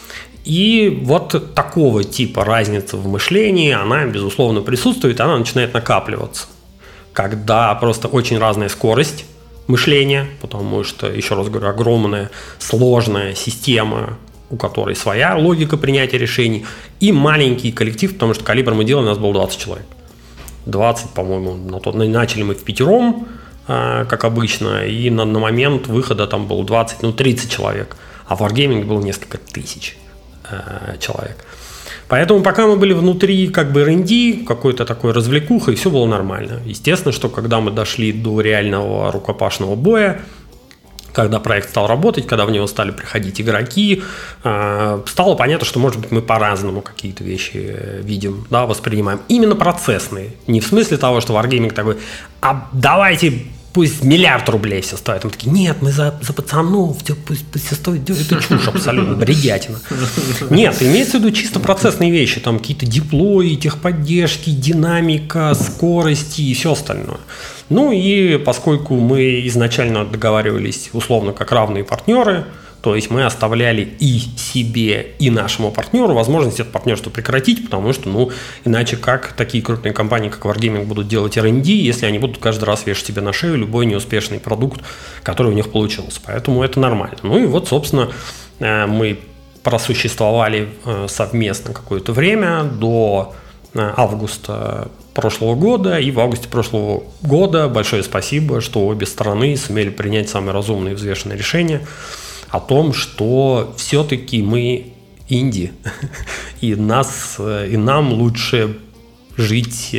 И вот такого типа разница в мышлении, она, безусловно, присутствует, она начинает накапливаться. Когда просто очень разная скорость мышления, потому что, еще раз говорю, огромная, сложная система, у которой своя логика принятия решений, и маленький коллектив, потому что калибр мы делали, у нас было 20 человек. 20, по-моему, начали мы впятером, как обычно, и на момент выхода там было 30 человек, а в Wargaming было несколько тысяч человек. Поэтому пока мы были внутри как бы R&D, какой-то такой развлекуха, и все было нормально. Естественно, что когда мы дошли до реального рукопашного боя, когда проект стал работать, когда в него стали приходить игроки, стало понятно, что, может быть, мы по-разному какие-то вещи видим, да, воспринимаем. Именно процессные. Не в смысле того, что Wargaming такой, а давайте пусть 1 миллиард рублей все стоит. Мы такие, нет, мы за пацанов, пусть все стоит. Это чушь абсолютно, бредятина. Нет, имеется в виду чисто процессные вещи. Там какие-то деплои, техподдержки, динамика, скорости и все остальное. Ну и поскольку мы изначально договаривались условно как равные партнеры, то есть мы оставляли и себе, и нашему партнеру возможность это партнерство прекратить, потому что, иначе как такие крупные компании, как Wargaming, будут делать R&D, если они будут каждый раз вешать себе на шею любой неуспешный продукт, который у них получился. Поэтому это нормально. Ну и вот, собственно, мы просуществовали совместно какое-то время до августа прошлого года, и в августе прошлого года большое спасибо, что обе стороны сумели принять самые разумные и взвешенные решения о том, что все-таки мы инди, и нам лучше жить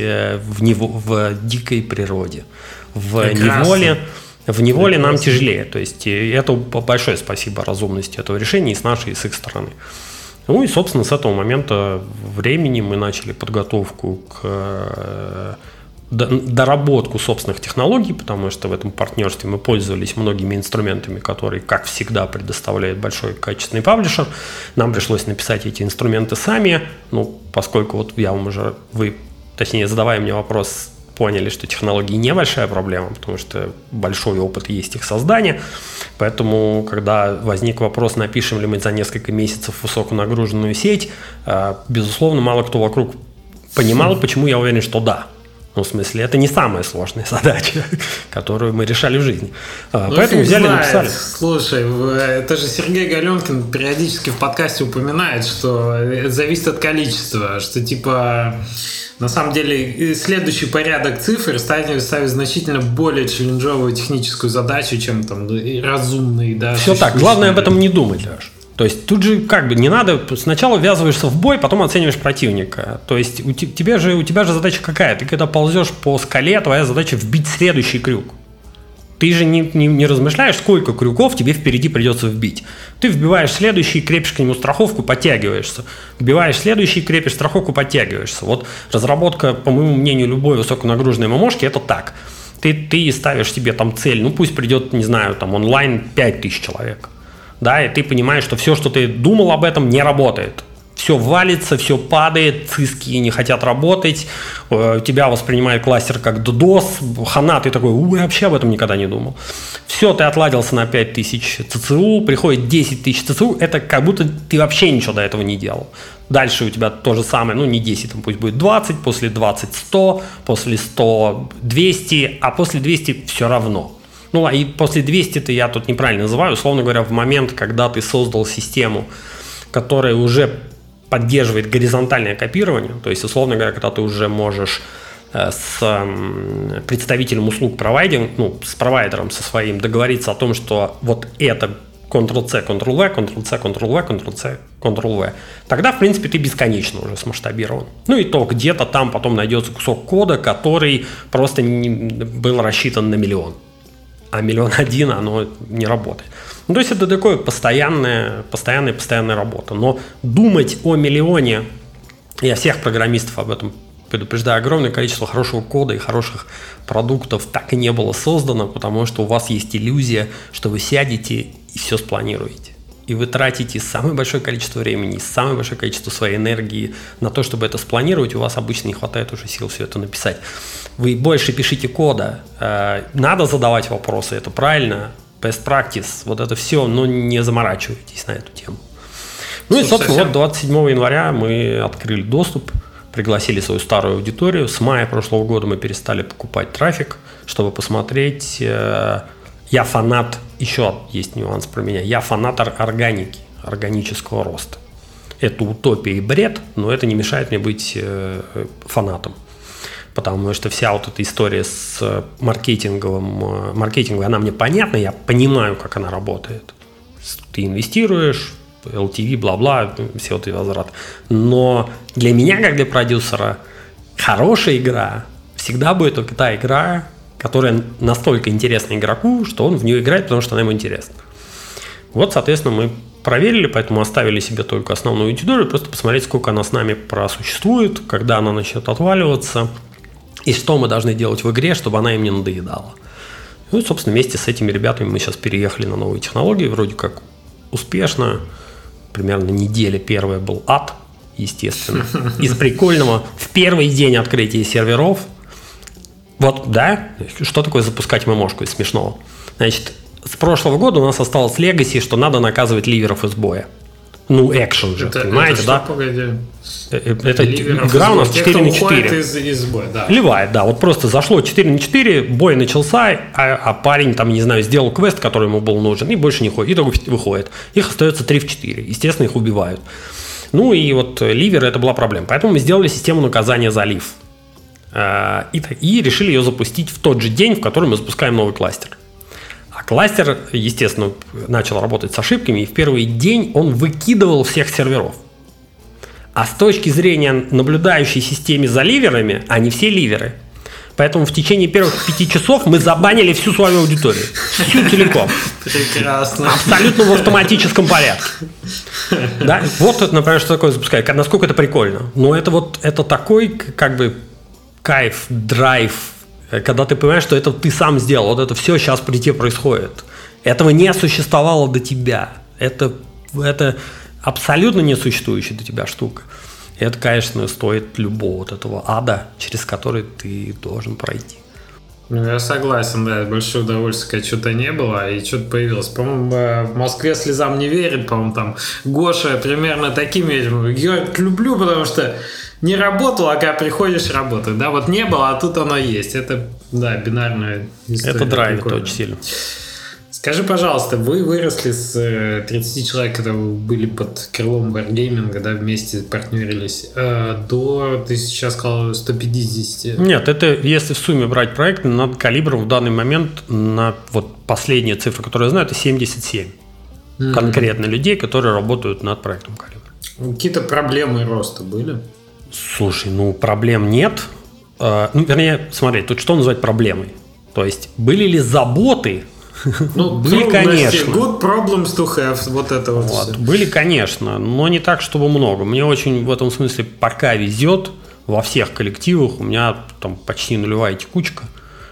в дикой природе. В неволе нам тяжелее. То есть это большое спасибо разумности этого решения и с нашей, и с их стороны. Ну и, собственно, с этого момента времени мы начали подготовку к доработку собственных технологий, потому что в этом партнерстве мы пользовались многими инструментами, которые, как всегда, предоставляет большой качественный паблишер. Нам пришлось написать эти инструменты сами, поскольку вот я вам уже, задавая мне вопрос, поняли, что технологии небольшая проблема, потому что большой опыт есть их создания. Поэтому, когда возник вопрос, напишем ли мы за несколько месяцев высоконагруженную сеть, безусловно, мало кто вокруг понимал, почему я уверен, что да. В смысле, это не самая сложная задача, которую мы решали в жизни. Поэтому взяли и написали. Слушай, это же Сергей Галенкин периодически в подкасте упоминает, что это зависит от количества, что на самом деле следующий порядок цифр ставит значительно более челленджовую техническую задачу, чем разумный. Да, все так, главное об этом не думать, Леш. То есть тут же не надо, сначала ввязываешься в бой, потом оцениваешь противника. То есть у тебя же задача какая? Ты когда ползешь по скале, твоя задача вбить следующий крюк. Ты же не размышляешь, сколько крюков тебе впереди придется вбить. Ты вбиваешь следующий, крепишь к нему страховку, подтягиваешься. Вбиваешь следующий, крепишь страховку, подтягиваешься. Вот разработка, по моему мнению, любой высоконагруженной ММОшки – это так. Ты ставишь себе цель, пусть придет, не знаю, онлайн 5000 человек. Да, и ты понимаешь, что все, что ты думал об этом, не работает. Все валится, все падает, циски не хотят работать, тебя воспринимает кластер как DDoS, хана, ты такой, вообще об этом никогда не думал. Все, ты отладился на 5000 ЦЦУ, приходит 10 тысяч ЦЦУ, это как будто ты вообще ничего до этого не делал. Дальше у тебя то же самое, не 10, пусть будет 20, после 20 100, после 100 200, а после 200 все равно. И после 200-то я тут неправильно называю, условно говоря, в момент, когда ты создал систему, которая уже поддерживает горизонтальное копирование, то есть, условно говоря, когда ты уже можешь с представителем услуг провайдинг, с провайдером со своим договориться о том, что вот это Ctrl-C, Ctrl-V, Ctrl-C, Ctrl-V, Ctrl-C, Ctrl-V. Тогда, в принципе, ты бесконечно уже смасштабирован. И то где-то там потом найдется кусок кода, который просто был рассчитан на 1 миллион. А 1 1 000 000 оно не работает. То есть это такое постоянная работа. Но думать о миллионе Я всех программистов об этом предупреждаю. Огромное количество хорошего кода и хороших продуктов так и не было создано, потому что у вас есть иллюзия, что вы сядете и все спланируете. И вы тратите самое большое количество времени, самое большое количество своей энергии на то, чтобы это спланировать. У вас обычно не хватает уже сил все это написать. Вы больше пишите кода. Надо задавать вопросы, это правильно. Best practice, вот это все, но не заморачивайтесь на эту тему. Ну и, собственно, вот 27 января мы открыли доступ, пригласили свою старую аудиторию. С мая прошлого года мы перестали покупать трафик, чтобы посмотреть. Я фанат, еще есть нюанс про меня, я фанат органики, органического роста. Это утопия и бред, но это не мешает мне быть фанатом. Потому что вся вот эта история с маркетингом, она мне понятна, я понимаю, как она работает. Ты инвестируешь, LTV, бла-бла, все вот эти возвраты. Но для меня, как для продюсера, хорошая игра всегда будет только та игра, которая настолько интересна игроку, что он в нее играет, потому что она ему интересна. Вот, соответственно, мы проверили, поэтому оставили себе только основную аудиторию, просто посмотреть, сколько она с нами просуществует, когда она начнет отваливаться, и что мы должны делать в игре, чтобы она им не надоедала. Ну и, собственно, вместе с этими ребятами мы сейчас переехали на новые технологии, вроде как успешно. Примерно неделя первая был ад, естественно. Из прикольного в первый день открытия серверов. Вот, да, что такое запускать ММОшку из смешного? Значит, с прошлого года у нас осталось легаси, что надо наказывать ливеров из боя. Ну, экшен же, понимаете, это да? Что, погоди? Это игра у нас 4/4. Из боя, да. Ливает, да. Вот просто зашло 4/4, бой начался, а парень, там, не знаю, сделал квест, который ему был нужен, и больше не ходит, и только выходит. Их остается 3/4. Естественно, их убивают. Ну, и вот ливеры, это была проблема. Поэтому мы сделали систему наказания за лив. И решили ее запустить в тот же день, в который мы запускаем новый кластер. А кластер, естественно, начал работать с ошибками, и в первый день он выкидывал всех серверов. А с точки зрения наблюдающей системы за ливерами, они все ливеры. Поэтому в течение первых 5 часов мы забанили всю свою аудиторию. Всю целиком. Прекрасно. Абсолютно в автоматическом порядке. Да? Вот, например, что такое запускать. Насколько это прикольно. Но это такой, как бы, кайф, драйв, когда ты понимаешь, что это ты сам сделал, вот это все сейчас при тебе происходит. Этого не существовало до тебя. Это абсолютно несуществующая для тебя штука. И это, конечно, стоит любого вот этого ада, через который ты должен пройти. Ну, я согласен, да, большое удовольствие, когда что-то не было, и что-то появилось. По-моему, в Москве слезам не верит, по-моему, там Гоша примерно такими этими. Я люблю, потому что не работал, а когда приходишь, работает. Да, вот не было, а тут оно есть. Это, да, бинарная история. Это драйвит очень сильно. Скажи, пожалуйста, вы выросли с 30 человек, которые были под крылом Wargaming, да, вместе партнерились, до, ты сейчас сказал, 150? Нет, это если в сумме брать проект, над калибром в данный момент, на вот последняя цифра, которую я знаю, это 77. Конкретно людей, которые работают над проектом калибр. Какие-то проблемы роста были? Слушай, проблем нет. Вернее, смотри, тут что называть проблемой? То есть, были ли заботы? Были, конечно. Good problems to have, вот это вот все. Были, конечно, но не так, чтобы много. Мне очень в этом смысле пока везет. Во всех коллективах у меня там почти нулевая текучка.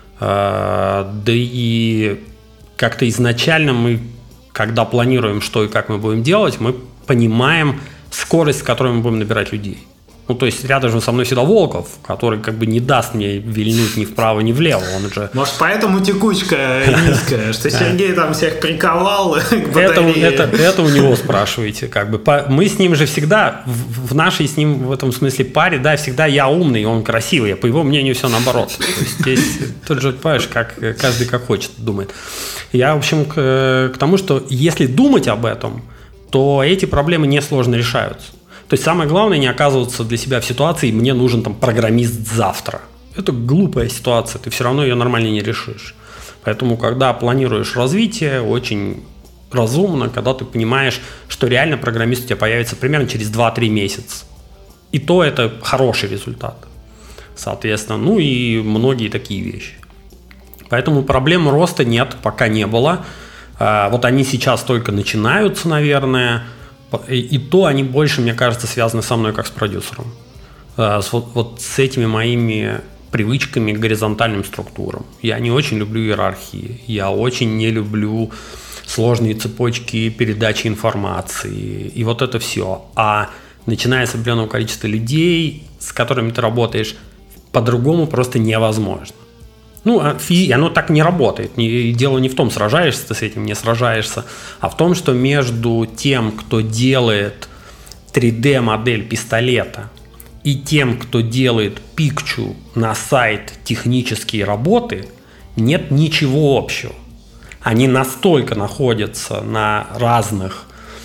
Да и как-то изначально мы, когда планируем, что и как мы будем делать, мы понимаем скорость, с которой мы будем набирать людей. Ну, то есть рядом же со мной всегда Волков, который как бы не даст мне вильнуть ни вправо, ни влево. Он же... Может, поэтому текучка низкая, что Сергей там всех приковал к батарее. Это у него спрашиваете. Как бы. Мы с ним же всегда, в нашей с ним в этом смысле паре, да, всегда я умный, он красивый. По его мнению, все наоборот. То есть здесь тут же, понимаешь, как каждый как хочет думает. Я, в общем, к тому, что если думать об этом, то эти проблемы несложно решаются. То есть самое главное не оказываться для себя в ситуации «мне нужен там программист завтра». Это глупая ситуация, ты все равно ее нормально не решишь. Поэтому, когда планируешь развитие, очень разумно, когда ты понимаешь, что реально программист у тебя появится примерно через 2-3 месяца. И то это хороший результат. Соответственно, и многие такие вещи. Поэтому проблем роста нет, пока не было. Вот они сейчас только начинаются, наверное. И то они больше, мне кажется, связаны со мной как с продюсером. вот с этими моими привычками к горизонтальным структурам. Я не очень люблю иерархии, я очень не люблю сложные цепочки передачи информации, и вот это все. А начиная с определенного количества людей, с которыми ты работаешь, по-другому просто невозможно. Оно так не работает. Дело не в том, сражаешься ты с этим, не сражаешься, а в том, что между тем, кто делает 3D-модель пистолета, и тем, кто делает пикчу на сайт технические работы, нет ничего общего. Они настолько находятся на разных,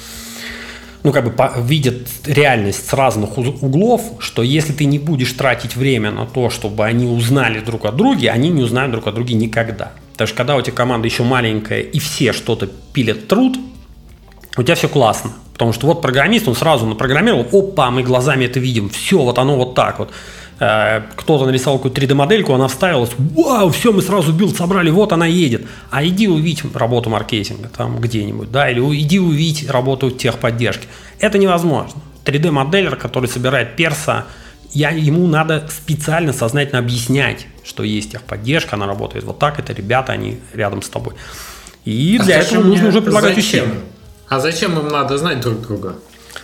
видят реальность с разных углов, что если ты не будешь тратить время на то, чтобы они узнали друг о друге, они не узнают друг о друге никогда. Потому что когда у тебя команда еще маленькая и все что-то пилят труд, у тебя все классно. Потому что вот программист, он сразу напрограммировал, опа, мы глазами это видим, все, вот оно вот так вот. Кто-то нарисовал какую-то 3D-модельку, она вставилась, вау, все, мы сразу билд собрали, вот она едет. А иди увидь работу маркетинга там где-нибудь, да, или иди увидь работу техподдержки. Это невозможно. 3D-моделер, который собирает перса, ему надо специально сознательно объяснять, что есть техподдержка, она работает вот так, это ребята, они рядом с тобой. И для этого нужно уже предлагать усилия. А зачем им надо знать друг друга?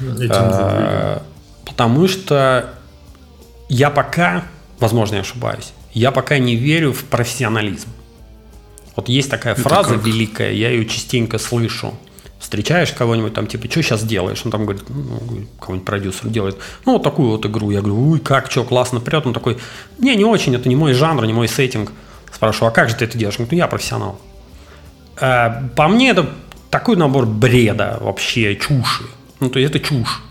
Потому что я пока, возможно, я ошибаюсь, я пока не верю в профессионализм. Вот есть такая фраза великая, я ее частенько слышу. Встречаешь кого-нибудь там, типа, что сейчас делаешь? Он там говорит, какой-нибудь продюсер делает, вот такую вот игру. Я говорю, как, что, классно прет. Он такой, не очень, это не мой жанр, не мой сеттинг. Спрашиваю, а как же ты это делаешь? Он говорит, я профессионал. По мне это такой набор бреда, вообще чуши. То есть это чушь.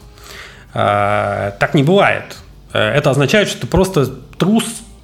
Так не бывает. Это означает, что ты просто трус,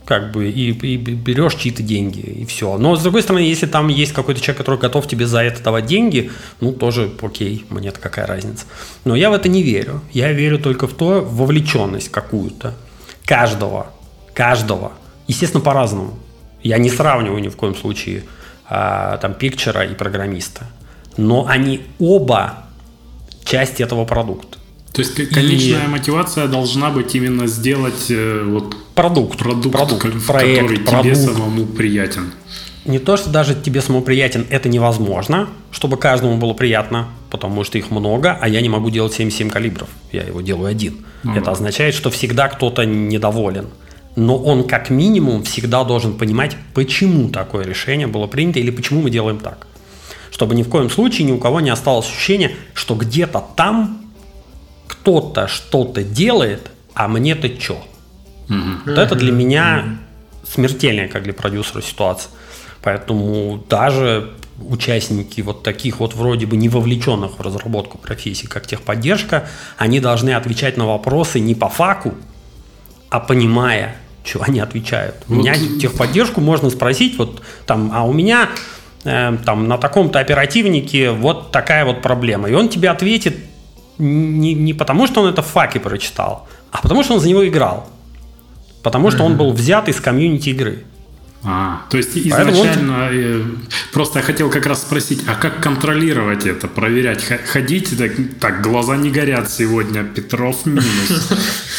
и берешь чьи-то деньги, и все. Но, с другой стороны, если там есть какой-то человек, который готов тебе за это давать деньги, тоже окей, мне-то какая разница. Но я в это не верю. Я верю только в вовлеченность какую-то. Каждого. Естественно, по-разному. Я не сравниваю ни в коем случае пикчера и программиста. Но они оба часть этого продукта. То есть конечная мотивация должна быть именно сделать продукт, который тебе самому приятен. Не то, что даже тебе самому приятен, это невозможно, чтобы каждому было приятно, потому что их много, а я не могу делать 77 калибров. Я его делаю один. Это означает, что всегда кто-то недоволен. Но он как минимум всегда должен понимать, почему такое решение было принято или почему мы делаем так. Чтобы ни в коем случае ни у кого не осталось ощущения, что где-то там кто-то что-то делает, а мне-то чё? Вот это для меня смертельная, как для продюсера, ситуация. Поэтому даже участники вот таких вот вроде бы не вовлеченных в разработку профессий, как техподдержка, они должны отвечать на вопросы не по факу, а понимая, что они отвечают. У меня техподдержку можно спросить, а у меня на таком-то оперативнике вот такая вот проблема. И он тебе ответит не потому, что он это в факе прочитал, а потому, что он за него играл. Потому что он был взят из комьюнити игры. То есть изначально просто я хотел как раз спросить, а как контролировать это, проверять, ходить, так глаза не горят сегодня, Петров минус.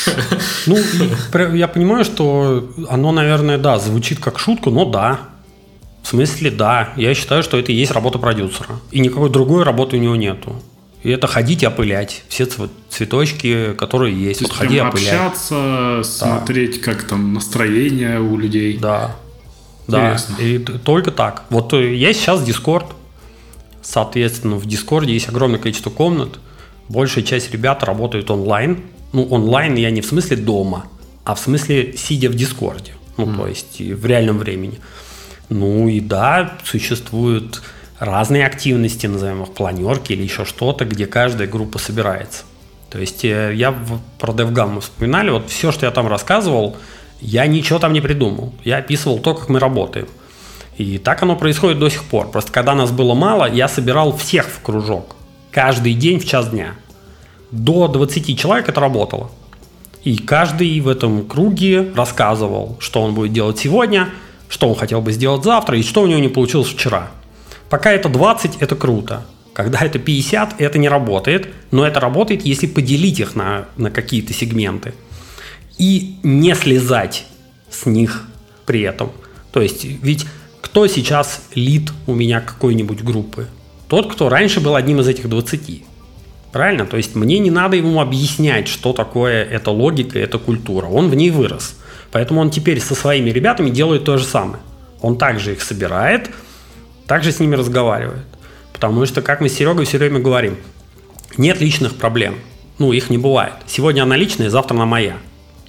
Я понимаю, что оно, наверное, звучит как шутка, но да. В смысле, да. Я считаю, что это и есть работа продюсера. И никакой другой работы у него нету. И это ходить и опылять. Все цветочки, которые есть. То есть ходи, опылять. Общаться, смотреть, как там настроение у людей. Да. Интересно. Да, и только так. Вот есть сейчас Discord. Соответственно, в Discord есть огромное количество комнат. Большая часть ребят работают онлайн. Онлайн я не в смысле дома, а в смысле сидя в Discord. То есть в реальном времени. И да, существуют разные активности, назовем их планерки или еще что-то, где каждая группа собирается. То есть я про DevGam мы вспоминали, все, что я там рассказывал, я ничего там не придумал. Я описывал то, как мы работаем. И так оно происходит до сих пор. Просто когда нас было мало, я собирал всех в кружок. Каждый день в час дня. До 20 человек это работало. И каждый в этом круге рассказывал, что он будет делать сегодня, что он хотел бы сделать завтра и что у него не получилось вчера. Пока это 20, это круто. Когда это 50, это не работает. Но это работает, если поделить их на какие-то сегменты. и не слезать с них при этом. То есть, ведь кто сейчас лид у меня какой-нибудь группы? Тот, кто раньше был одним из этих 20. Правильно? То есть, мне не надо ему объяснять, что такое эта логика, эта культура. Он в ней вырос. Поэтому он теперь со своими ребятами делает то же самое. Он также их собирает, также с ними разговаривает. Потому что, как мы с Серегой все время говорим, нет личных проблем. Ну, их не бывает. Сегодня она личная, завтра она моя.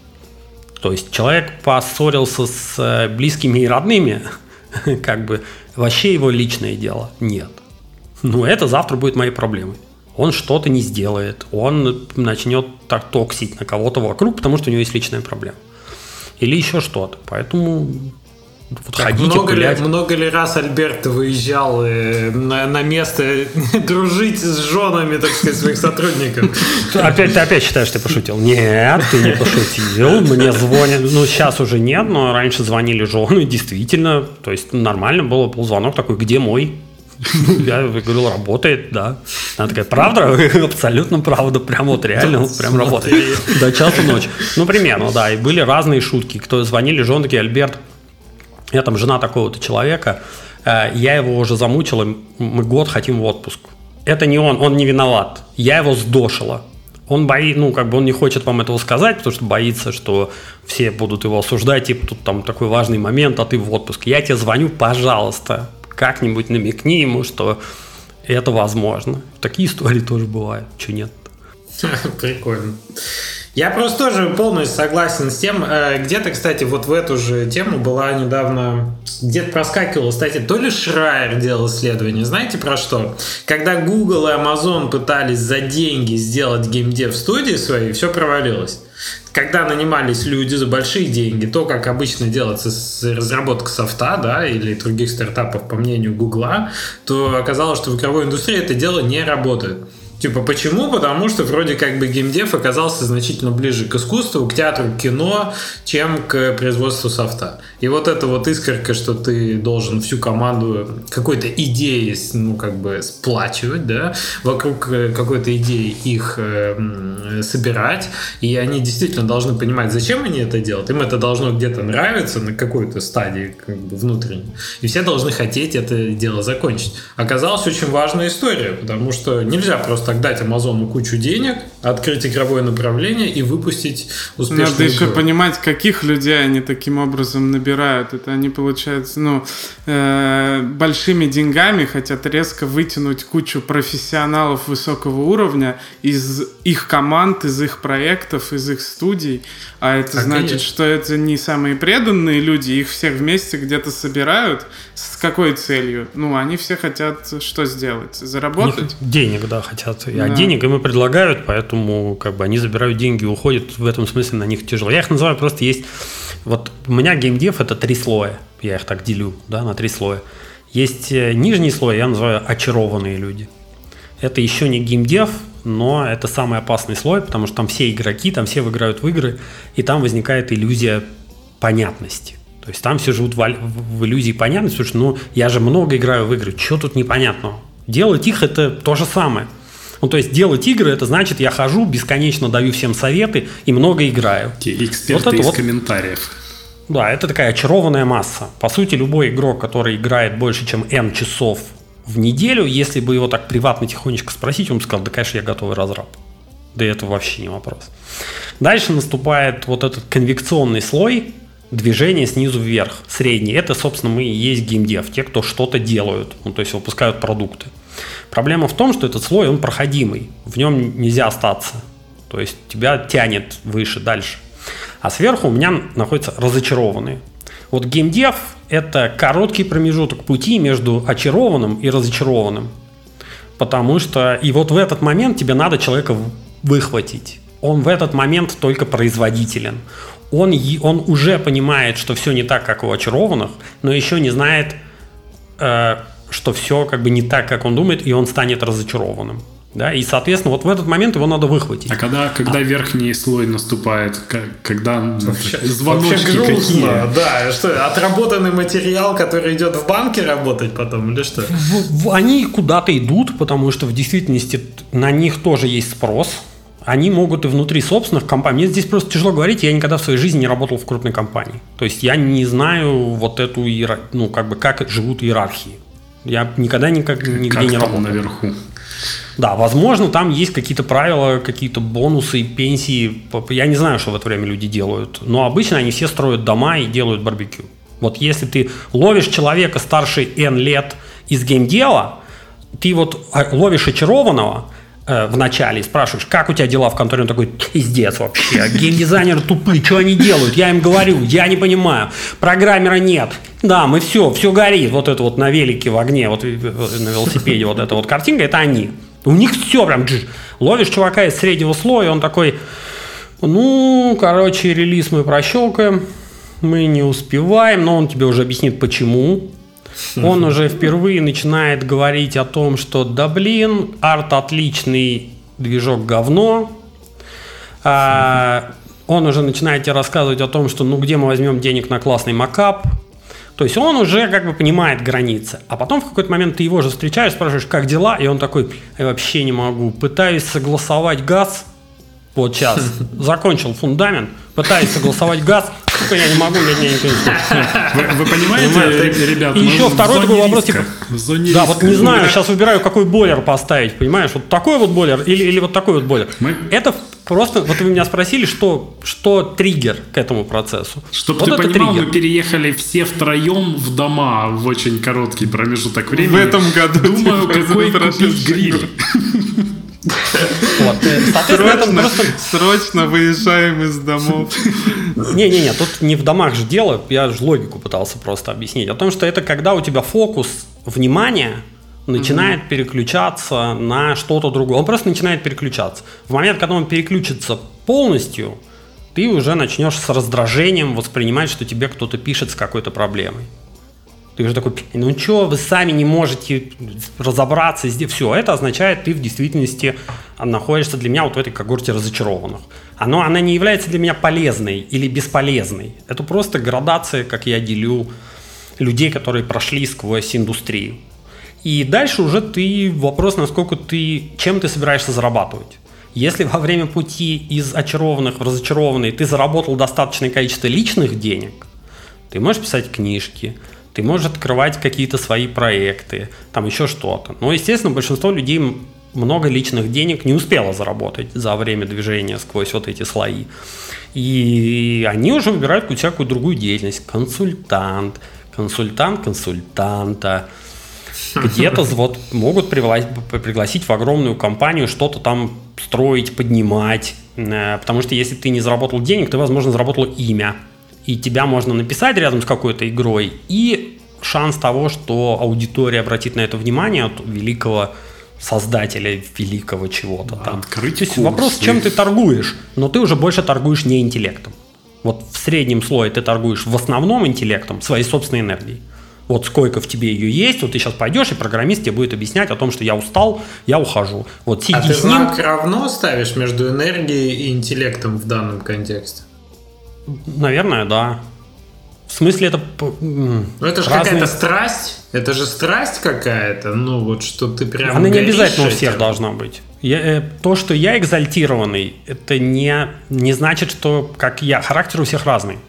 То есть человек поссорился с близкими и родными, как бы вообще его личное дело. Нет. Ну, это завтра будет моей проблемой. Он что-то не сделает, он начнет так токсить на кого-то вокруг, потому что у него есть личная проблема. Или еще что-то. Поэтому вот ходите, гулять. Много ли раз Альберт выезжал на место дружить с женами, так сказать, своих сотрудников? Ты опять считаешь, что я пошутил? Нет, ты не пошутил. Мне звонят, ну сейчас уже нет, но раньше звонили жены, действительно. То есть нормально был звонок такой, где мой? Я говорил, работает, да. Она такая, правда? Абсолютно правда. Прям вот реально, прям работает. До часу ночи. Ну, примерно, да. И были разные шутки. Кто звонили, жены такие, Альберт, я там жена такого-то человека, я его уже замучила, мы год хотим в отпуск. Это не он не виноват. Я его сдошила. Он он не хочет вам этого сказать, потому что боится, что все будут его осуждать, типа, тут там такой важный момент, а ты в отпуск. Я тебе звоню, пожалуйста, как-нибудь намекни ему, что это возможно. Такие истории тоже бывают, что нет. Прикольно. Я просто тоже полностью согласен с тем. Где-то, кстати, вот в эту же тему была недавно, где-то проскакивала, кстати, то ли Шрайер делал исследование, знаете про что? Когда Google и Amazon пытались за деньги сделать геймдев студии свои, все провалилось. Когда нанимались люди за большие деньги, то, как обычно делается разработка софта, да, или других стартапов, по мнению Гугла, то оказалось, что в игровой индустрии это дело не работает. Типа, почему? Потому что вроде как бы геймдев оказался значительно ближе к искусству, к театру, к кино, чем к производству софта. И вот эта вот искорка, что ты должен всю команду какой-то идеей, сплачивать, да, вокруг какой-то идеи их собирать, и они действительно должны понимать, зачем они это делают. Им это должно где-то нравиться на какой-то стадии внутренней, и все должны хотеть это дело закончить. Оказалась очень важная история, потому что нельзя просто дать Амазону кучу денег, открыть игровое направление и выпустить успешную игру. Надо еще понимать, каких людей они таким образом набирают. Это они, получается, большими деньгами хотят резко вытянуть кучу профессионалов высокого уровня из их команд, из их проектов, из их студий. А это значит, что это не самые преданные люди, их всех вместе где-то собирают. С какой целью? Они все хотят что сделать? Заработать? Денег, да, хотят. А денег им и предлагают, поэтому они забирают деньги и уходят. В этом смысле на них тяжело. Я их называю просто есть... Вот у меня геймдев — это 3 слоя. Я их так делю, да, на 3 слоя. Есть нижний слой, я называю очарованные люди. Это еще не геймдев, но это самый опасный слой, потому что там все игроки, там все играют в игры, и там возникает иллюзия понятности. То есть там все живут в иллюзии понятности, потому что я же много играю в игры, что тут непонятного? Делать их — это то же самое. То есть делать игры — это значит, я хожу, бесконечно даю всем советы и много играю. Эксперты из комментариев. Да, это такая очарованная масса. По сути, любой игрок, который играет больше, чем N часов в неделю, если бы его так приватно тихонечко спросить, он бы сказал, да, конечно, я готовый разраб. Да это вообще не вопрос. Дальше наступает вот этот конвекционный слой, движение снизу вверх, средний. Это, собственно, мы и есть геймдев, те, кто что-то делают, то есть выпускают продукты. Проблема в том, что этот слой, он проходимый, в нем нельзя остаться. То есть тебя тянет выше, дальше. А сверху у меня находятся разочарованные. Вот геймдев – это короткий промежуток пути между очарованным и разочарованным. Потому что и вот в этот момент тебе надо человека выхватить. Он в этот момент только производителен. Он уже понимает, что все не так, как у очарованных, но еще не знает, что все не так, как он думает, и он станет разочарованным. Да? И, соответственно, вот в этот момент его надо выхватить. А когда верхний слой наступает, когда звоночки вообще грустно, какие? Да, что, отработанный материал, который идет в банке работать потом, или что? Они куда-то идут, потому что в действительности на них тоже есть спрос. они могут и внутри собственных компаний. Мне здесь просто тяжело говорить, я никогда в своей жизни не работал в крупной компании. То есть я не знаю вот эту, как живут иерархии. Я никогда нигде не работал. Наверху. Да, возможно, там есть какие-то правила, какие-то бонусы, пенсии. Я не знаю, что в это время люди делают. Но обычно они все строят дома и делают барбекю. Вот если ты ловишь человека старше N лет из геймдела, ты вот ловишь очарованного в начале и спрашиваешь, как у тебя дела в конторе, он такой, пиздец вообще, геймдизайнеры тупые, что они делают, я им говорю, я не понимаю, программера нет, да, мы все горит, вот это вот на велике в огне, вот на велосипеде вот эта вот картинка, это они, у них все прям, ловишь чувака из среднего слоя, он такой, релиз мы прощелкаем, мы не успеваем, но он тебе уже объяснит, почему. Он уже впервые начинает говорить о том, что арт отличный, движок говно. Он уже начинает тебе рассказывать о том, что где мы возьмем денег на классный макап. То есть он уже понимает границы. А потом в какой-то момент ты его же встречаешь, спрашиваешь, как дела? И он такой, я вообще не могу. Пытаюсь согласовать газ. Вот сейчас закончил фундамент, пытаюсь согласовать газ, я не могу, меня не интересует. Вы понимаете, ребят? И еще второй такой вопрос, да, вот не знаю, сейчас выбираю, какой бойлер поставить, понимаешь, вот такой вот бойлер или вот такой вот бойлер. Это просто, вот вы меня спросили, что триггер к этому процессу. Чтобы ты понимал, мы переехали все втроем в дома в очень короткий промежуток времени. В этом году. Думаю, какой купить гриль. Вот. Срочно выезжаем из домов. Не-не-не, тут не в домах же дело, я же логику пытался просто объяснить. О том, что это когда у тебя фокус внимания начинает переключаться на что-то другое. Он просто начинает переключаться. В момент, когда он переключится полностью, ты уже начнешь с раздражением воспринимать, что тебе кто-то пишет с какой-то проблемой. Ты уже такой, вы сами не можете разобраться. Все, это означает, ты в действительности находишься для меня вот в этой когорте разочарованных. Она не является для меня полезной или бесполезной. Это просто градация, как я делю людей, которые прошли сквозь индустрию. И дальше уже вопрос, чем ты собираешься зарабатывать. Если во время пути из очарованных в разочарованные ты заработал достаточное количество личных денег, ты можешь писать книжки, ты можешь открывать какие-то свои проекты, там еще что-то. Но, естественно, большинство людей много личных денег не успело заработать за время движения сквозь вот эти слои. И они уже выбирают всякую другую деятельность. Консультант консультанта. Где-то могут пригласить в огромную компанию что-то там строить, поднимать. Потому что если ты не заработал денег, ты, возможно, заработал имя. И тебя можно написать рядом с какой-то игрой, и шанс того, что аудитория обратит на это внимание от великого создателя, великого чего-то там. То есть вопрос, чем ты торгуешь, но ты уже больше торгуешь не интеллектом. Вот в среднем слое ты торгуешь в основном интеллектом, своей собственной энергией. Вот сколько в тебе ее есть, вот ты сейчас пойдешь, и программист тебе будет объяснять о том, что я устал, я ухожу. Вот сиди ты с ним. знак равно ставишь между энергией и интеллектом в данном контексте? Наверное, да. В смысле, это... это же какая-то страсть. Это же страсть какая-то. Что ты прям Она не обязательно у этим. всех должна быть. То, что я экзальтированный, это не значит, что как я. Характер у всех разный.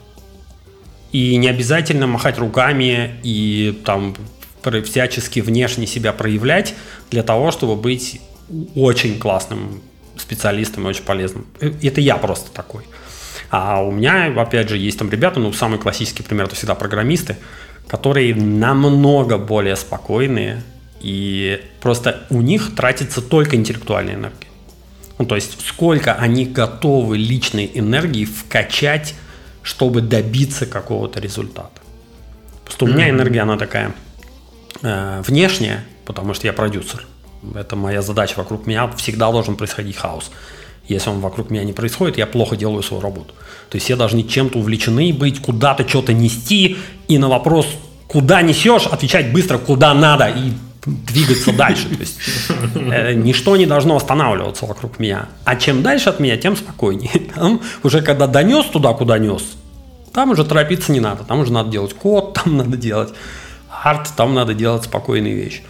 И не обязательно махать руками и там всячески внешне себя проявлять для того, чтобы быть очень классным специалистом и очень полезным. Это я просто такой. А у меня, опять же, есть там ребята, самый классический пример, это всегда программисты, которые намного более спокойные, и просто у них тратится только интеллектуальная энергия. То есть, сколько они готовы личной энергии вкачать, чтобы добиться какого-то результата. Просто у меня энергия, она такая внешняя, потому что я продюсер. Это моя задача, вокруг меня всегда должен происходить хаос. Если он вокруг меня не происходит, я плохо делаю свою работу. То есть все должны чем-то увлечены быть, куда-то что-то нести, и на вопрос, куда несешь, отвечать быстро, куда надо, и двигаться дальше. То есть ничто не должно останавливаться вокруг меня. А чем дальше от меня, тем спокойнее. Там уже когда донес туда, куда нес, там уже торопиться не надо. Там уже надо делать код, там надо делать арт, там надо делать спокойные вещи.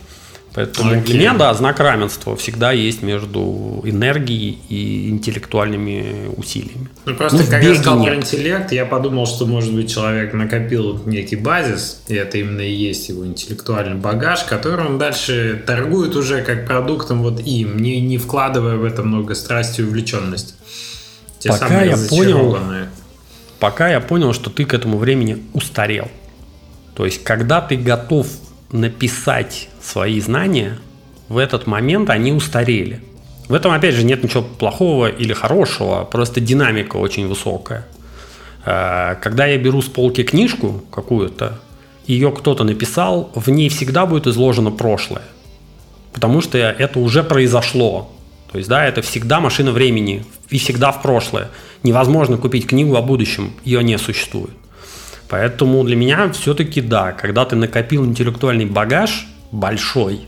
Поэтому для меня, да, знак равенства всегда есть между энергией и интеллектуальными усилиями. Просто когда я сказал про интеллект, я подумал, что, может быть, человек накопил некий базис, и это именно и есть его интеллектуальный багаж, который он дальше торгует уже как продуктом вот им, не вкладывая в это много страсти и увлеченности. Те самые разочарованные. Пока я понял, что ты к этому времени устарел. То есть, когда ты готов написать свои знания, в этот момент они устарели. В этом, опять же, нет ничего плохого или хорошего, просто динамика очень высокая. Когда я беру с полки книжку какую-то, ее кто-то написал, в ней всегда будет изложено прошлое. Потому что это уже произошло. То есть, да, это всегда машина времени и всегда в прошлое. Невозможно купить книгу о будущем, ее не существует. Поэтому для меня все-таки да, когда ты накопил интеллектуальный багаж большой,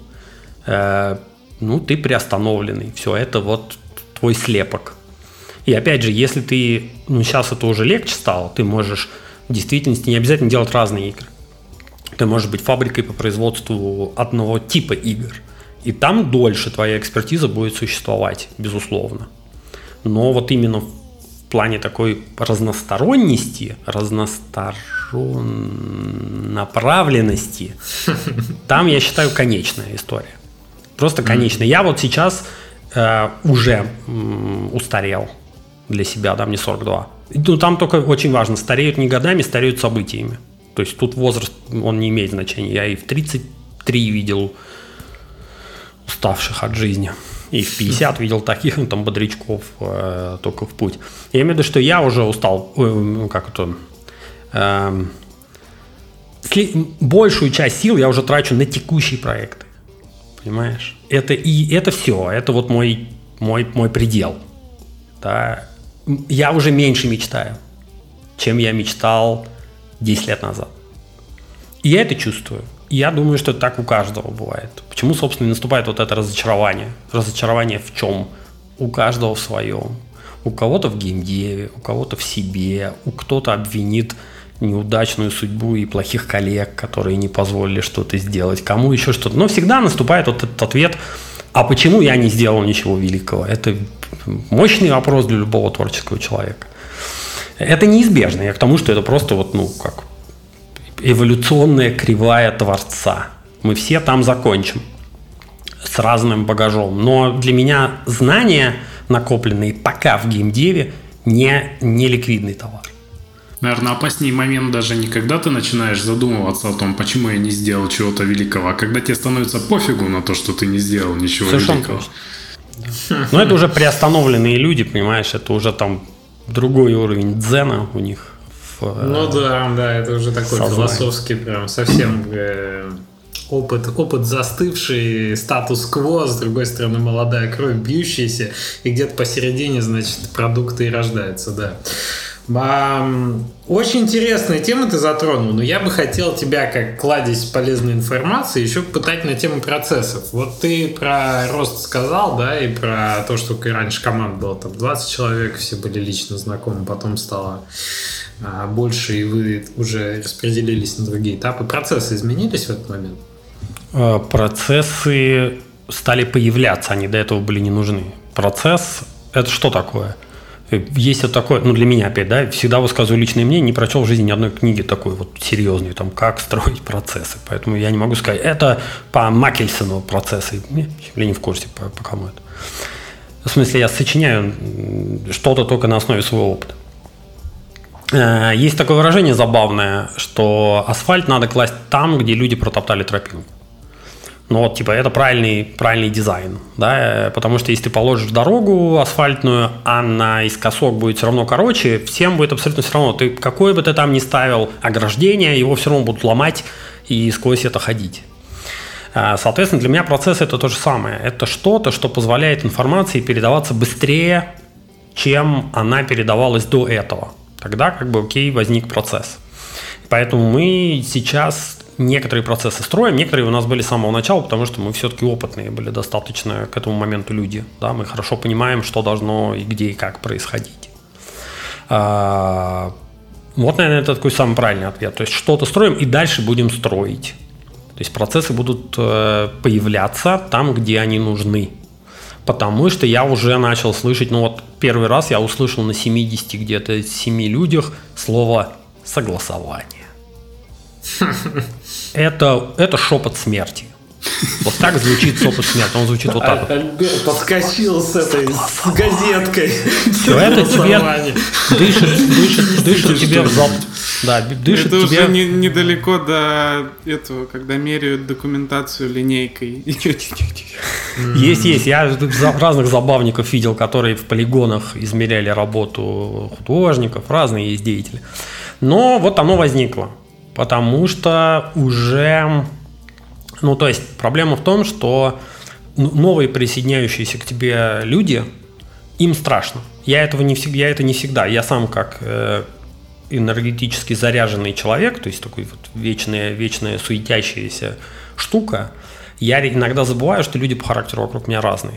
ты приостановленный. Все, это вот твой слепок. И опять же, если ты, сейчас это уже легче стало, ты можешь в действительности не обязательно делать разные игры. Ты можешь быть фабрикой по производству одного типа игр. И там дольше твоя экспертиза будет существовать, безусловно. Но вот именно в плане такой разносторонности, разнонаправленности, там, я считаю, конечная история. Просто конечная. Я вот сейчас уже устарел для себя, да, мне 42. Там только очень важно, стареют не годами, стареют событиями. То есть тут возраст, он не имеет значения. Я и в 33 видел уставших от жизни. И в 50 видел таких, там, бодрячков только в путь. Я имею в виду, что я уже устал, большую часть сил я уже трачу на текущие проекты. Понимаешь? Это все. Это вот мой предел. Да? Я уже меньше мечтаю, чем я мечтал 10 лет назад. И я это чувствую. И я думаю, что так у каждого бывает. Почему, собственно, и наступает вот это разочарование? Разочарование в чем? У каждого в своем. У кого-то в геймдеве, у кого-то в себе, у кто-то обвинит неудачную судьбу и плохих коллег, которые не позволили что-то сделать, кому еще что-то. Но всегда наступает вот этот ответ: а почему я не сделал ничего великого? Это мощный вопрос для любого творческого человека. Это неизбежно. Я к тому, что это просто эволюционная кривая Творца. Мы все там закончим с разным багажом. Но для меня знания, накопленные пока в геймдеве, не ликвидный товар. Наверное, опаснее момент даже не когда ты начинаешь задумываться о том, почему я не сделал чего-то великого, а когда тебе становится пофигу на то, что ты не сделал ничего великого. Но это уже приостановленные люди, понимаешь, это уже там другой уровень дзена у них. Да, это уже такой философский, прям совсем опыт застывший, статус-кво, с другой стороны молодая кровь, бьющаяся, и где-то посередине, значит, продукты и рождаются, да. Очень интересная тема ты затронул, но я бы хотел тебя, как кладезь полезной информации, еще попытать на тему процессов. Вот ты про рост сказал, да, и про то, что раньше команд было там 20 человек, все были лично знакомы, потом стало больше, и вы уже распределились на другие этапы. Процессы изменились в этот момент? Процессы стали появляться, они до этого были не нужны. Процесс – это что такое? Есть вот такое, для меня опять, да, всегда высказываю личное мнение, не прочел в жизни ни одной книги такой вот серьезной, там, как строить процессы. Поэтому я не могу сказать, это по Макельсону процессы. Я не в курсе, по кому это. В смысле, я сочиняю что-то только на основе своего опыта. Есть такое выражение забавное, что асфальт надо класть там, где люди протоптали тропинку. Это правильный дизайн, да, потому что если ты положишь дорогу асфальтную, а наискосок будет все равно короче, всем будет абсолютно все равно. Какое бы ты там ни ставил ограждение, его все равно будут ломать и сквозь это ходить. Соответственно, для меня процесс – это то же самое. Это что-то, что позволяет информации передаваться быстрее, чем она передавалась до этого. Тогда возник процесс. Поэтому мы сейчас некоторые процессы строим, некоторые у нас были с самого начала, потому что мы все-таки опытные были достаточно к этому моменту люди. Да? Мы хорошо понимаем, что должно и где и как происходить. Вот, наверное, это такой самый правильный ответ. То есть что-то строим и дальше будем строить. То То есть процессы будут появляться там, где они нужны. Потому что я уже начал слышать, первый раз я услышал на 70 где-то 7 людях слово «согласование». Это шепот смерти. Вот так звучит шепот смерти. Он звучит вот так вот. Альберт подскочил с газеткой. Все это тебе дышит тебе в зал. Да, дышит это тебе... уже недалеко до этого, когда меряют документацию линейкой. Есть. Я разных забавников видел, которые в полигонах измеряли работу художников, разные есть деятели. Но вот оно возникло. Потому что уже... то есть проблема в том, что новые присоединяющиеся к тебе люди, им страшно. Это не всегда. Я сам как энергетически заряженный человек, то есть такой вот вечная суетящаяся штука, я иногда забываю, что люди по характеру вокруг меня разные.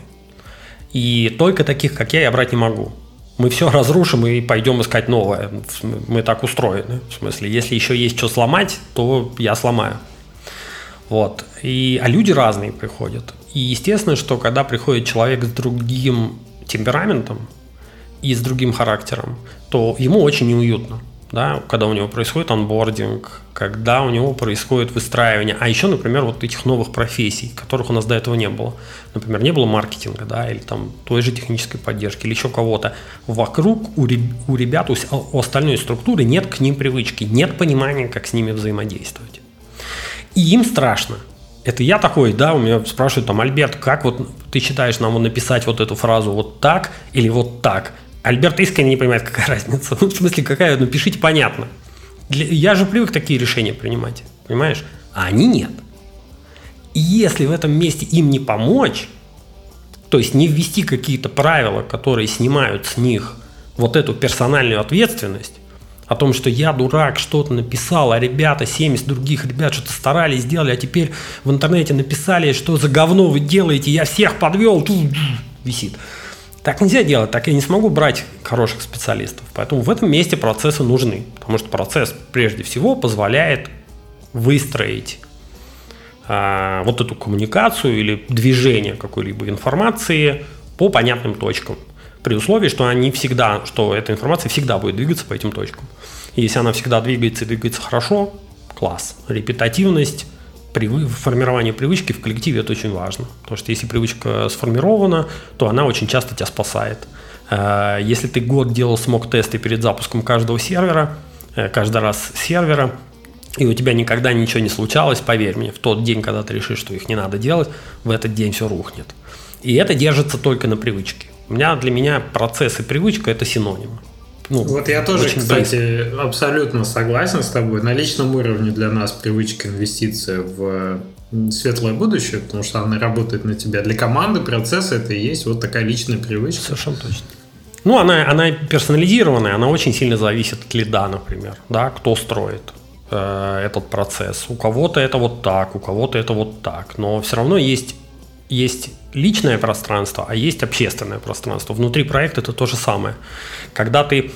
И только таких, как я брать не могу. Мы все разрушим и пойдем искать новое. Мы так устроены. В смысле, если еще есть что сломать, то я сломаю. Вот. А люди разные приходят. И естественно, что когда приходит человек с другим темпераментом и с другим характером, то ему очень неуютно. Да? Когда у него происходит онбординг, когда у него происходит выстраивание. А еще, например, вот этих новых профессий, которых у нас до этого не было. Например, не было маркетинга, да, или там той же технической поддержки, или еще кого-то. Вокруг у ребят, у остальной структуры нет к ним привычки, нет понимания, как с ними взаимодействовать. И им страшно. Это я такой, да, у меня спрашивают там: Альберт, как вот ты считаешь нам написать вот эту фразу вот так или вот так? Альберт искренне не понимает, какая разница. В смысле, какая? Напишите понятно. Я же привык такие решения принимать, понимаешь? А они нет. И если в этом месте им не помочь, то есть не ввести какие-то правила, которые снимают с них вот эту персональную ответственность, о том, что я дурак, что-то написал, а ребята, 70 других ребят что-то старались, сделали, а теперь в интернете написали, что за говно вы делаете, я всех подвел, тут висит. Так нельзя делать, так я не смогу брать хороших специалистов. Поэтому в этом месте процессы нужны, потому что процесс прежде всего позволяет выстроить вот эту коммуникацию или движение какой-либо информации по понятным точкам. При условии, что эта информация всегда будет двигаться по этим точкам. И если она всегда двигается хорошо, класс. Репетативность, формирование привычки в коллективе – это очень важно. Потому что если привычка сформирована, то она очень часто тебя спасает. Если ты год делал смог-тесты перед запуском каждого сервера, каждый раз сервера, и у тебя никогда ничего не случалось, поверь мне, в тот день, когда ты решишь, что их не надо делать, в этот день все рухнет. И это держится только на привычке. Для меня процесс и привычка – это синонимы. Вот я тоже, кстати, абсолютно согласен с тобой. На личном уровне для нас привычка инвестиция в светлое будущее, потому что она работает на тебя. Для команды процесса это и есть вот такая личная привычка. Совершенно точно. Она персонализированная, она очень сильно зависит от лида, например. Да, кто строит этот процесс. У кого-то это вот так, у кого-то это вот так. Но все равно есть личное пространство, а есть общественное пространство. Внутри проекта это то же самое. Когда ты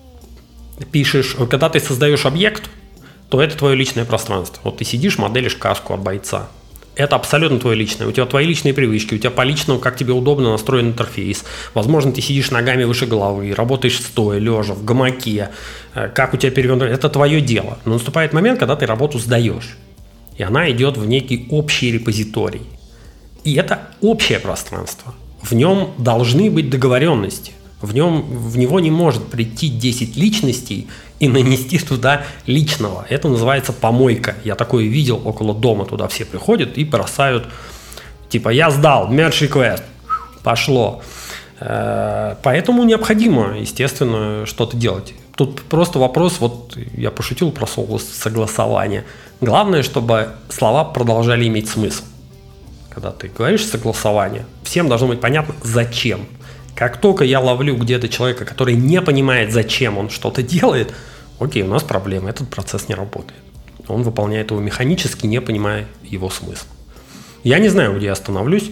создаешь объект, то это твое личное пространство. Вот ты сидишь, моделишь каску от бойца. Это абсолютно твое личное. У тебя твои личные привычки, у тебя по личному, как тебе удобно настроен интерфейс. Возможно, ты сидишь ногами выше головы, работаешь стоя, лежа, в гамаке. Как у тебя перевернуто. Это твое дело. Но наступает момент, когда ты работу сдаешь. И она идет в некий общий репозиторий. И это общее пространство. В нем должны быть договоренности. В него не может прийти 10 личностей и нанести туда личного. Это называется помойка. Я такое видел около дома. Туда все приходят и бросают. Типа, я сдал, merge request. Пошло. Поэтому необходимо, естественно, что-то делать. Тут просто вопрос, вот я пошутил про слово согласование. Главное, чтобы слова продолжали иметь смысл. Когда ты говоришь согласование, всем должно быть понятно, зачем. Как только я ловлю где-то человека, который не понимает, зачем он что-то делает, окей, у нас проблема, этот процесс не работает. Он выполняет его механически, не понимая его смысла. Я не знаю, где я остановлюсь.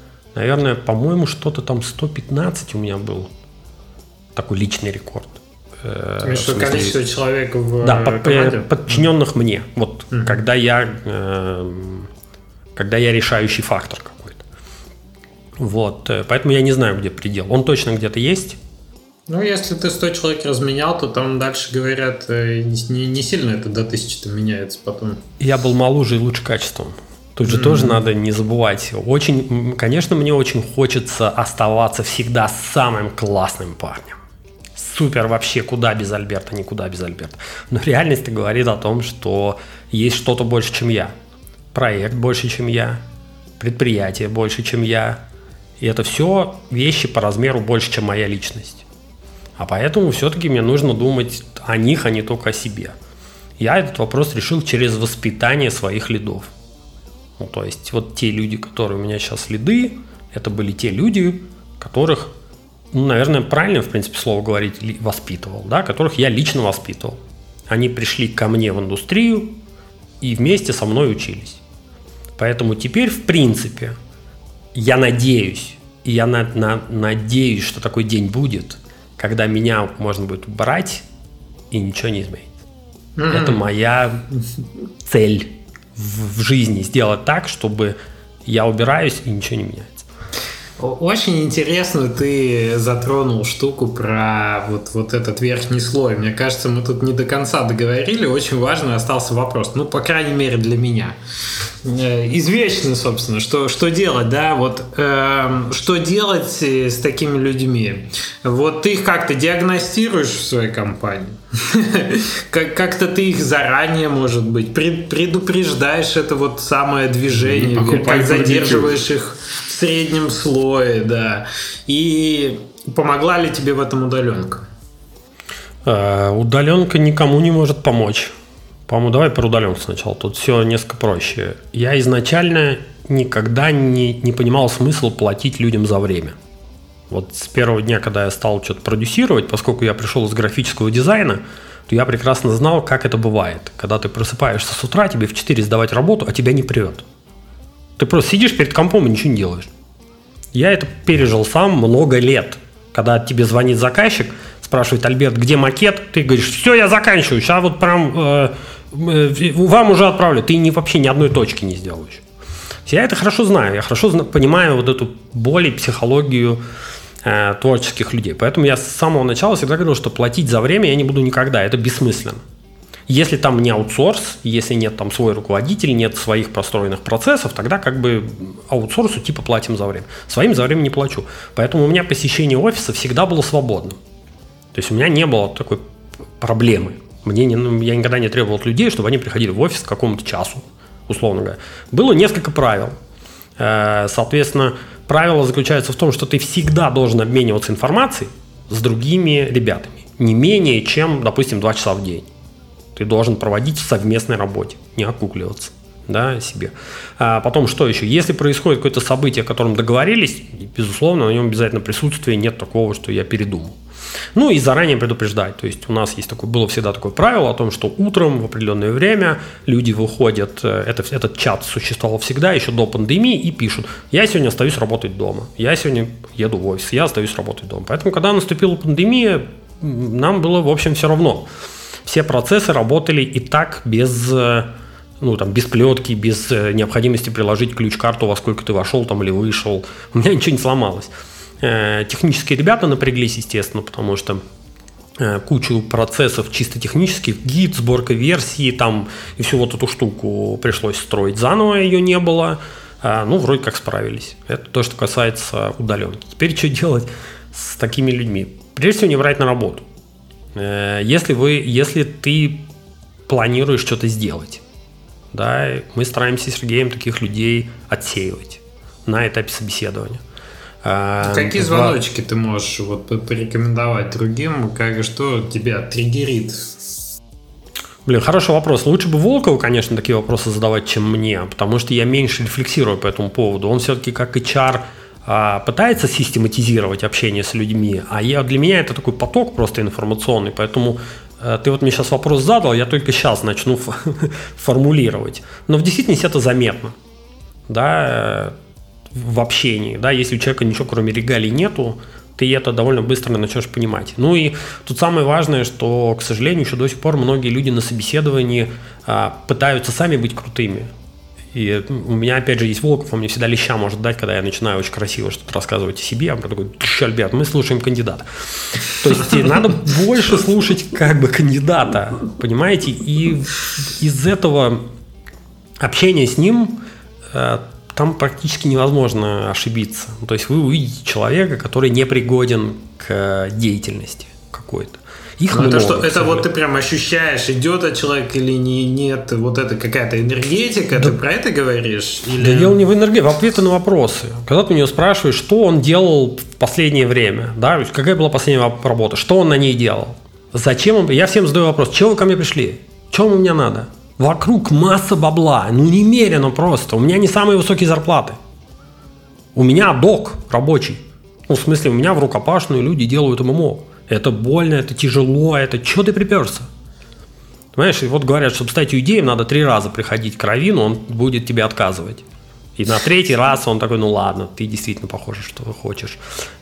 Наверное, по-моему, что-то там 115 у меня был. Такой личный рекорд. Что количество человек в команде? Подчиненных мне. Вот когда я решающий фактор какой-то. Вот. Поэтому я не знаю, где предел. Он точно где-то есть. Ну, если ты 100 человек разменял, то там дальше, говорят, не сильно это до 1000 меняется потом. Я был моложе и лучше качеством. Тут же тоже надо не забывать. Конечно, мне очень хочется оставаться всегда самым классным парнем. Супер вообще, куда без Альберта, никуда без Альберта. Но реальность говорит о том, что есть что-то больше, чем я. Проект больше, чем я. Предприятие больше, чем я. И это все вещи по размеру больше, чем моя личность. А поэтому все-таки мне нужно думать о них, а не только о себе. Я этот вопрос решил через воспитание своих лидов. Ну, то есть вот те люди, которые у меня сейчас лиды, это были те люди, которых, наверное, правильно, в принципе, слово говорить, воспитывал, да, которых я лично воспитывал. Они пришли ко мне в индустрию и вместе со мной учились. Поэтому теперь, в принципе, я надеюсь, и я надеюсь, что такой день будет, когда меня можно будет убрать, и ничего не изменится. Это моя цель в жизни. Сделать так, чтобы я убираюсь, и ничего не меняется. Очень интересно ты затронул штуку про вот этот верхний слой. Мне кажется, мы тут не до конца договорили. Очень важный остался вопрос. Ну, по крайней мере, для меня. Извечный, собственно, что делать, да? Вот что делать с такими людьми? Вот ты их как-то диагностируешь в своей компании? Как-то ты их заранее, может быть, предупреждаешь это вот самое движение, как задерживаешь их в среднем слое, да. И помогла ли тебе в этом удаленка? Удаленка никому не может помочь. По-моему, давай про удаленку сначала. Тут все несколько проще. Я изначально никогда не понимал смысл платить людям за время. Вот с первого дня, когда я стал что-то продюсировать, поскольку я пришел из графического дизайна, то я прекрасно знал, как это бывает. Когда ты просыпаешься с утра, тебе в 4 сдавать работу, а тебя не прет. Ты просто сидишь перед компом и ничего не делаешь. Я это пережил сам много лет. Когда тебе звонит заказчик, спрашивает: Альберт, где макет? Ты говоришь: все, я заканчиваю, сейчас вот прям вам уже отправлю. Ты вообще ни одной точки не сделаешь. Я это хорошо знаю. Я хорошо понимаю вот эту боль и психологию творческих людей. Поэтому я с самого начала всегда говорил, что платить за время я не буду никогда. Это бессмысленно. Если там не аутсорс, если нет там свой руководитель, нет своих простроенных процессов, тогда как бы аутсорсу типа платим за время. Своим за время не плачу. Поэтому у меня посещение офиса всегда было свободным. То есть у меня не было такой проблемы. Я никогда не требовал от людей, чтобы они приходили в офис к какому-то часу, условно говоря. Было несколько правил. Соответственно, правило заключается в том, что ты всегда должен обмениваться информацией с другими ребятами. Не менее, чем, допустим, 2 часа в день. Ты должен проводить в совместной работе, не окукливаться, да, себе. А потом, что еще? Если происходит какое-то событие, о котором договорились, безусловно, на нем обязательно присутствие, нет такого, что я передумал. Ну и заранее предупреждать. То есть у нас есть было всегда такое правило о том, что утром в определенное время люди выходят, этот чат существовал всегда, еще до пандемии, и пишут: я сегодня остаюсь работать дома, я сегодня еду в офис, я остаюсь работать дома. Поэтому, когда наступила пандемия, нам было, в общем, все равно. Все процессы работали и так без плетки, без необходимости приложить ключ-карту, во сколько ты вошел там или вышел. У меня ничего не сломалось. Технические ребята напряглись, естественно, потому что кучу процессов чисто технических, гид, сборка версии там, и всю вот эту штуку пришлось строить заново, ее не было. Вроде как справились. Это то, что касается удаленки. Теперь что делать с такими людьми? Прежде всего, не брать на работу. Если ты планируешь что-то сделать, да, мы стараемся с Сергеем таких людей отсеивать на этапе собеседования. Какие звоночки ты можешь порекомендовать другим, что тебя триггерит? Хороший вопрос. Лучше бы Волкову, конечно, такие вопросы задавать, чем мне, потому что я меньше рефлексирую по этому поводу. Он все-таки как HR пытается систематизировать общение с людьми, а для меня это такой поток просто информационный, поэтому ты мне сейчас вопрос задал, я только сейчас начну формулировать. Но в действительности это заметно, да, в общении, да, если у человека ничего кроме регалий нету, ты это довольно быстро начнешь понимать. Ну и тут самое важное, что, к сожалению, еще до сих пор многие люди на собеседовании пытаются сами быть крутыми. И у меня, опять же, есть Волков, он мне всегда леща может дать, когда я начинаю очень красиво что-то рассказывать о себе. Я такой: Альберт, мы слушаем кандидата. То есть надо больше слушать как бы кандидата, понимаете? И из этого общения с ним там практически невозможно ошибиться. То есть вы увидите человека, который не пригоден к деятельности какой-то. Их много, это вот ты прям ощущаешь, идет этот человек или нет, вот это какая-то энергетика, да. Ты про это говоришь? Или... Да дело не в энергетике, в ответы на вопросы. Когда ты у него спрашиваешь, что он делал в последнее время, да, какая была последняя работа, что он на ней делал, зачем он... Я всем задаю вопрос: чего вы ко мне пришли? Чего вам у меня надо? Вокруг масса бабла, немерено просто. У меня не самые высокие зарплаты. У меня док рабочий. В смысле, у меня в рукопашную люди делают ММО. Это больно, это тяжело, это... Чего ты приперся? Понимаешь, и вот говорят, чтобы стать иудеем, надо 3 раза приходить к раввину, он будет тебе отказывать. И на 3-й раз он такой: ну ладно, ты действительно похоже, что хочешь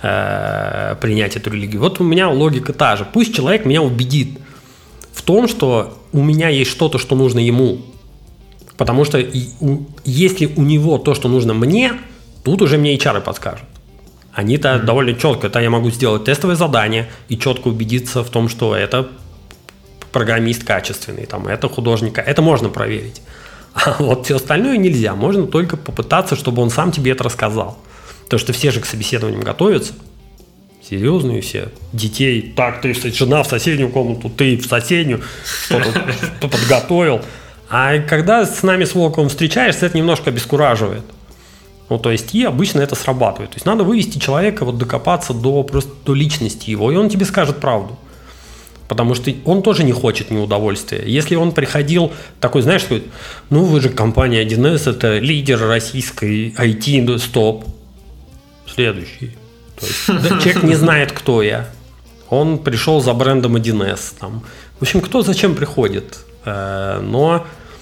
принять эту религию. Вот у меня логика та же. Пусть человек меня убедит в том, что у меня есть что-то, что нужно ему. Потому что если у него то, что нужно мне, тут уже мне HR подскажут. Они-то довольно четко, это я могу сделать тестовое задание и четко убедиться в том, что это программист качественный, там, это художник, это можно проверить. А вот все остальное нельзя, можно только попытаться, чтобы он сам тебе это рассказал. Потому что все же к собеседованиям готовятся, серьезные все, детей, так, ты, жена в соседнюю комнату, ты в соседнюю, что-то подготовил. А когда с нами с Волковым встречаешься, это немножко обескураживает. Ну, то есть, и обычно это срабатывает. То есть, надо вывести человека, вот докопаться до личности его, и он тебе скажет правду. Потому что он тоже не хочет неудовольствия. Если он приходил такой, знаешь, такой: ну, вы же компания 1С, это лидер российской IT, стоп. Следующий. То есть, человек не знает, кто я. Он пришел за брендом 1С. Там. В общем, кто зачем приходит. Но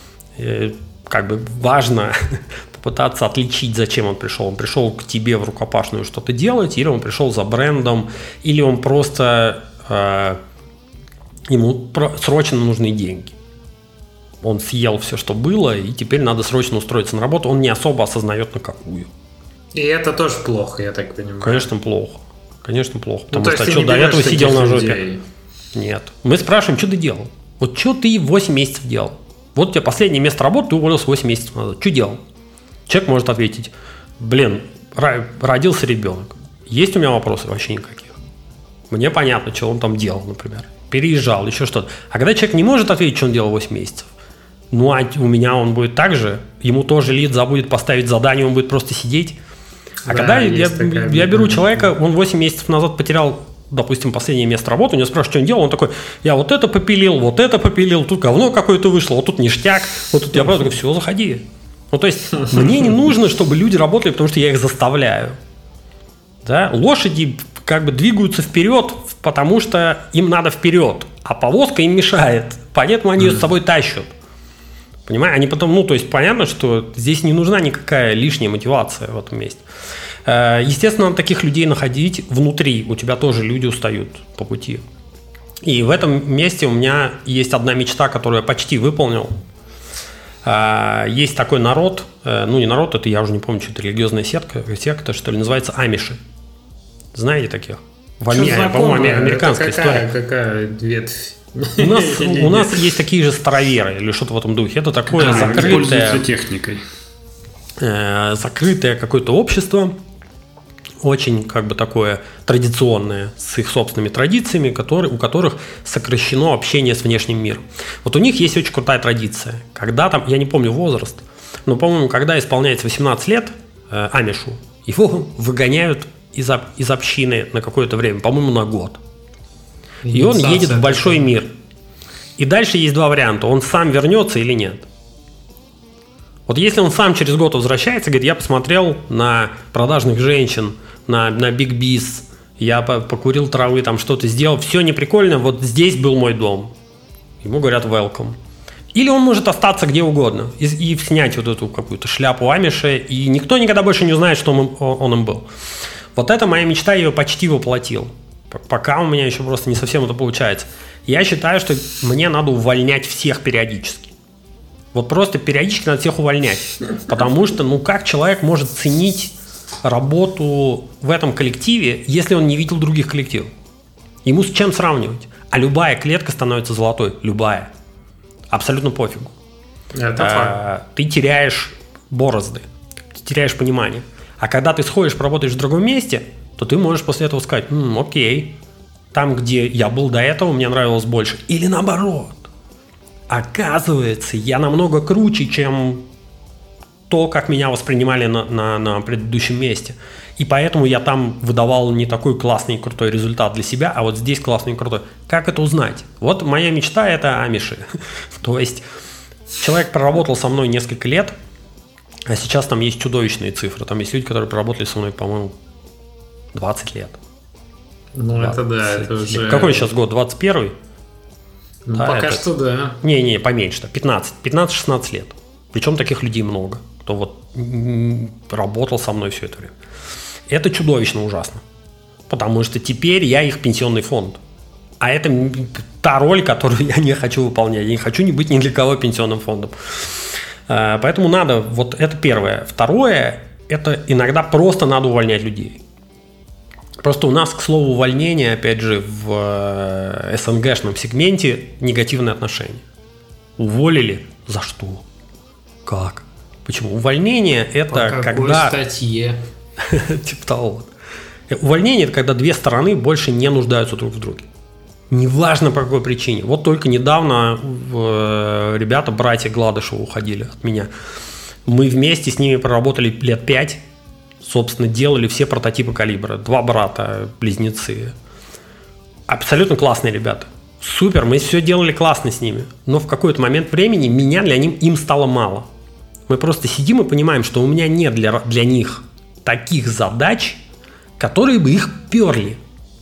как бы важно пытаться отличить, зачем он пришел. Он пришел к тебе в рукопашную что-то делать, или он пришел за брендом, или он просто ему срочно нужны деньги. Он съел все, что было, и теперь надо срочно устроиться на работу. Он не особо осознает, на какую. И это тоже плохо, я так понимаю. Конечно, плохо. Конечно, плохо. Потому что до этого сидел на жопе. Нет. Мы спрашиваем: что ты делал? Вот что ты 8 месяцев делал? Вот у тебя последнее место работы, ты уволился 8 месяцев назад. Что делал? Человек может ответить: блин, родился ребенок. Есть у меня вопросы? Вообще никаких. Мне понятно, что он там делал, например. Переезжал, еще что-то. А когда человек не может ответить, что он делал 8 месяцев, ну, а у меня он будет так же, ему тоже лид забудет поставить задание, он будет просто сидеть. А да, когда я беру человека, он 8 месяцев назад потерял, допустим, последнее место работы, у него спрашивают, что он делал, он такой: я вот это попилил, тут говно какое-то вышло, вот тут ништяк, вот тут я просто говорю: все, заходи. Ну, то есть, мне не нужно, чтобы люди работали, потому что я их заставляю. Да? Лошади как бы двигаются вперед, потому что им надо вперед, а повозка им мешает, поэтому они ее с собой тащат. Понимаешь? Они потом, ну, то есть, понятно, что здесь не нужна никакая лишняя мотивация в этом месте. Естественно, надо таких людей находить внутри. У тебя тоже люди устают по пути. И в этом месте у меня есть одна мечта, которую я почти выполнил. Есть такой народ, ну не народ, это я уже не помню, что это религиозная секта, что ли, называется амиши. Знаете таких? По-моему, американская история. Какая ветвь? У нас есть такие же староверы или что-то в этом духе. Это такое закрытое техникой. Закрытое какое-то общество, очень как бы такое традиционное, с их собственными традициями, у которых сокращено общение с внешним миром. Вот у них есть очень крутая традиция. Когда там, я не помню возраст, но, по-моему, когда исполняется 18 лет амишу, его выгоняют из общины на какое-то время, по-моему, на год. И он едет в большой мир. И дальше есть 2 варианта. Он сам вернется или нет. Вот если он сам через год возвращается, говорит: я посмотрел на продажных женщин, на Big Biz, я покурил травы, там что-то сделал, все не прикольно, вот здесь был мой дом. Ему говорят welcome. Или он может остаться где угодно и снять вот эту какую-то шляпу амиша, и никто никогда больше не узнает, что он им был. Вот это моя мечта, я ее почти воплотил. Пока у меня еще просто не совсем это получается. Я считаю, что мне надо увольнять всех периодически. Вот просто периодически надо всех увольнять. Потому что, как человек может ценить работу в этом коллективе, если он не видел других коллективов? Ему с чем сравнивать? А любая клетка становится золотой. Любая. Абсолютно пофигу. Это факт. Ты теряешь борозды. Ты теряешь понимание. А когда ты сходишь, поработаешь в другом месте, то ты можешь после этого сказать: окей, там, где я был до этого, мне нравилось больше. Или наоборот. Оказывается, я намного круче, чем то, как меня воспринимали на предыдущем месте. И поэтому я там выдавал не такой классный и крутой результат для себя, а вот здесь классный и крутой. Как это узнать? Вот моя мечта – это амиши. То есть человек проработал со мной несколько лет, а сейчас там есть чудовищные цифры. Там есть люди, которые проработали со мной, по-моему, 20 лет. Это да, это уже... Какой сейчас год? 21-й? Пока что да. Не, поменьше. 15-16 лет. Причем таких людей много, кто вот работал со мной все это время. Это чудовищно ужасно. Потому что теперь я их пенсионный фонд. А это та роль, которую я не хочу выполнять. Я не хочу быть ни для кого пенсионным фондом. Поэтому надо, вот это первое. Второе, это иногда просто надо увольнять людей. Просто у нас, к слову, увольнение, опять же, в СНГшном сегменте негативное отношение. Уволили? За что? Как? Почему? Увольнение – это по какой когда… статье? Типа того. Увольнение – это когда две стороны больше не нуждаются друг в друге. Неважно по какой причине. Вот только недавно ребята, братья Гладышева, уходили от меня. Мы вместе с ними проработали лет 5. Собственно, делали все прототипы калибра. 2 брата, близнецы. Абсолютно классные ребята. Супер, мы все делали классно с ними. Но в какой-то момент времени меня им стало мало. Мы просто сидим и понимаем, что у меня нет для них таких задач, которые бы их перли.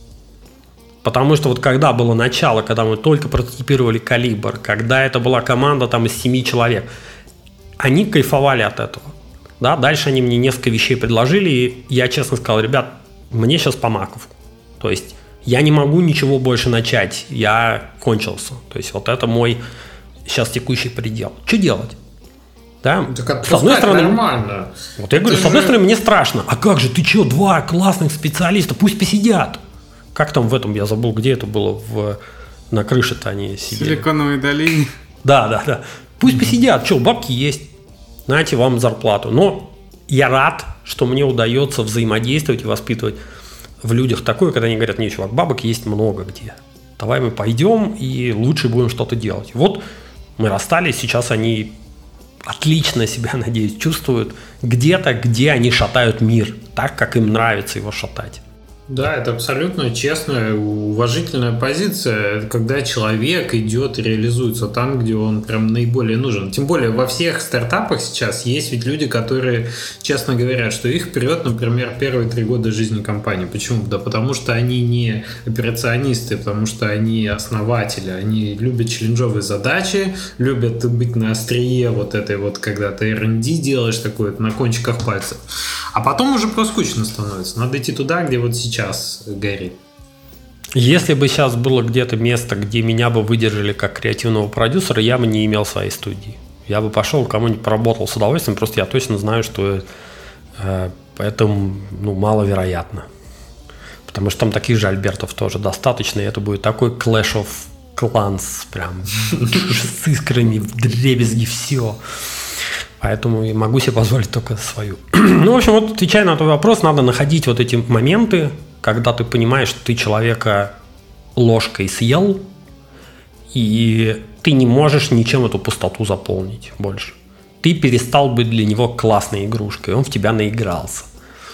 Потому что вот когда было начало, когда мы только прототипировали калибр, когда это была команда там из 7 человек, они кайфовали от этого. Да, дальше они мне несколько вещей предложили, и я честно сказал: ребят, мне сейчас по маковку. То есть я не могу ничего больше начать, я кончился. То есть вот это мой сейчас текущий предел. Что делать? Да? Так с одной стороны, нормально. Вот я говорю, с одной стороны, мне страшно. А как же, ты что, 2 классных специалиста, пусть посидят. Как там в этом, я забыл, где это было, на крыше-то они сидели. В Силиконовой долине. Да. Пусть посидят, что, бабки есть. Знаете, вам зарплату. Но я рад, что мне удается взаимодействовать и воспитывать в людях такое, когда они говорят: не, чувак, бабок есть много где. Давай мы пойдем и лучше будем что-то делать. Вот мы расстались, сейчас они отлично себя, надеюсь, чувствуют где-то, где они шатают мир так, как им нравится его шатать. Да, это абсолютно честная, уважительная позиция, когда человек идет и реализуется там, где он прям наиболее нужен. Тем более во всех стартапах сейчас есть ведь люди, которые честно говорят, что их прет, например, первые 3 года жизни компании. Почему? Да потому что они не операционисты, потому что они основатели, они любят челленджовые задачи, любят быть на острие вот этой вот, когда ты R&D делаешь такое вот на кончиках пальцев. А потом уже просто скучно становится. Надо идти туда, где вот сейчас горит. Если бы сейчас было где-то место, где меня бы выдержали как креативного продюсера, я бы не имел своей студии. Я бы пошел кому-нибудь поработал с удовольствием, просто я точно знаю, что это маловероятно. Потому что там таких же Альбертов тоже достаточно, и это будет такой Clash of Clans, прям с искрами, вдребезги, все. Поэтому я могу себе позволить только свою. Ну, в общем, вот отвечая на твой вопрос, надо находить вот эти моменты, когда ты понимаешь, что ты человека ложкой съел, и ты не можешь ничем эту пустоту заполнить больше. Ты перестал быть для него классной игрушкой, он в тебя наигрался.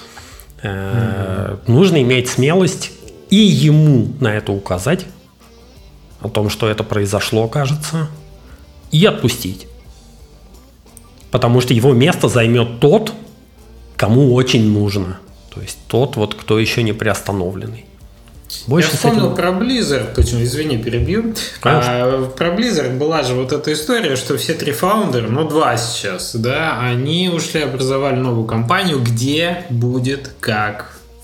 Нужно иметь смелость и ему на это указать, о том, что это произошло, кажется, и отпустить. Потому что его место займет тот, кому очень нужно. То есть тот, вот, кто еще не приостановленный. Я вспомнил про Blizzard, точно, извини, перебью. Про Blizzard была же вот эта история, что все 3 фаундера, 2 сейчас, да, они ушли, образовали новую компанию, где будет как в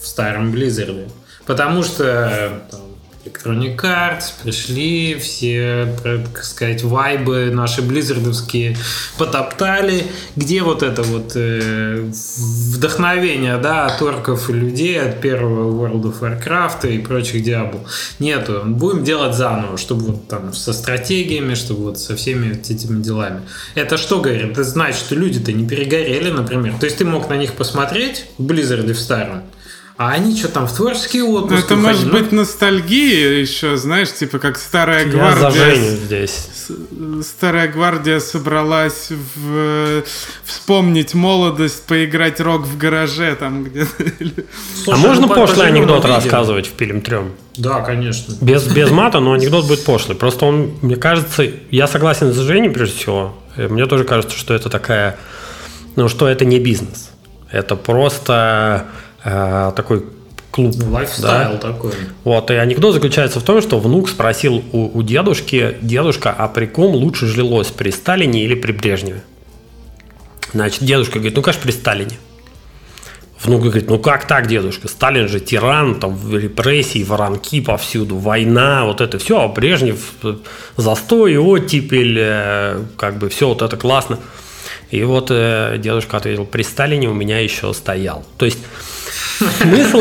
в старом Blizzard. Потому что там, Electronic Arts пришли, все, так сказать, вайбы наши близзардовские потоптали. Где вот это вот вдохновение, да, от орков и людей, от первого World of Warcraft и прочих Diablo? Нету. Будем делать заново, чтобы вот там со стратегиями, чтобы вот со всеми этими делами. Это что говорит? Это значит, что люди-то не перегорели, например. То есть ты мог на них посмотреть в Blizzard в старом, а они что там в творческий отпуск? Это может быть ностальгия еще, знаешь, типа как старая гвардия. Я за Женю здесь. Старая гвардия собралась вспомнить молодость, поиграть рок в гараже там где-то. Слушай, а можно пошлый анекдот рассказывать в Пилим 3? Да, конечно. Без мата, но анекдот будет пошлый. Просто он, мне кажется, я согласен с Женей прежде всего. Мне тоже кажется, что это такая, ну, что это не бизнес. Это просто такой клуб. Лайфстайл, да? Такой. Вот, и анекдот заключается в том, что внук спросил у дедушки: дедушка, а при ком лучше жилось, при Сталине или при Брежневе? Значит, дедушка говорит: ну, конечно, при Сталине. Внук говорит: ну, как так, дедушка? Сталин же тиран, там, репрессии, воронки повсюду, война, вот это все, а Брежнев застой, оттепель, как бы все вот это классно. И вот дедушка ответил: при Сталине у меня еще стоял. То есть смысл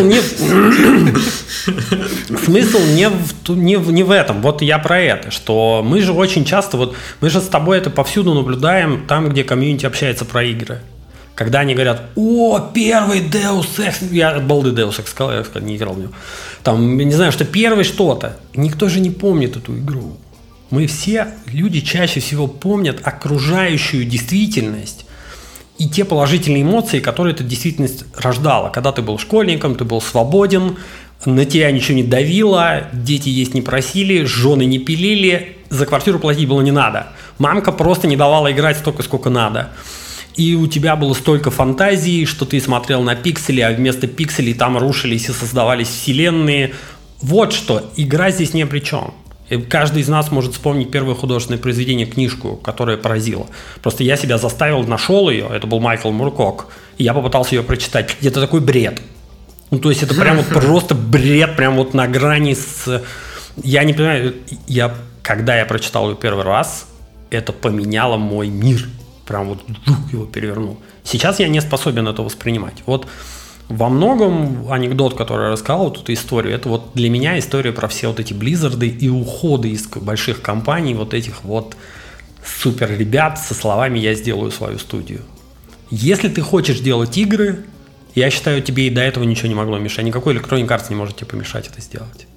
не в этом. Вот я про это, что мы же очень часто, вот мы же с тобой это повсюду наблюдаем, там, где комьюнити общается про игры. Когда они говорят: о, первый Deus Ex, я от балды Deus Ex сказал, я не играл в него. Там, не знаю, что первый что-то. Никто же не помнит эту игру. Мы все, люди чаще всего помнят окружающую действительность и те положительные эмоции, которые эта действительность рождала. Когда ты был школьником, ты был свободен, на тебя ничего не давило, дети есть не просили, жены не пилили, за квартиру платить было не надо. Мамка просто не давала играть столько, сколько надо. И у тебя было столько фантазии, что ты смотрел на пиксели, а вместо пикселей там рушились и создавались вселенные. Вот что, игра здесь ни при чем. И каждый из нас может вспомнить первое художественное произведение, книжку, которая поразила. Просто я себя заставил, нашел ее, это был Майкл Муркок, и я попытался ее прочитать. Это такой бред. Ну, то есть это прям вот просто бред, прям вот на грани с... Я не понимаю, когда я прочитал ее первый раз, это поменяло мой мир. Прям вот его перевернул. Сейчас я не способен это воспринимать. Вот во многом анекдот, который я рассказал, вот эту историю, это вот для меня история про все вот эти Близзарды и уходы из больших компаний, вот этих вот супер ребят со словами «я сделаю свою студию». Если ты хочешь делать игры, я считаю, тебе и до этого ничего не могло мешать. Никакой Electronic Arts не может тебе помешать это сделать.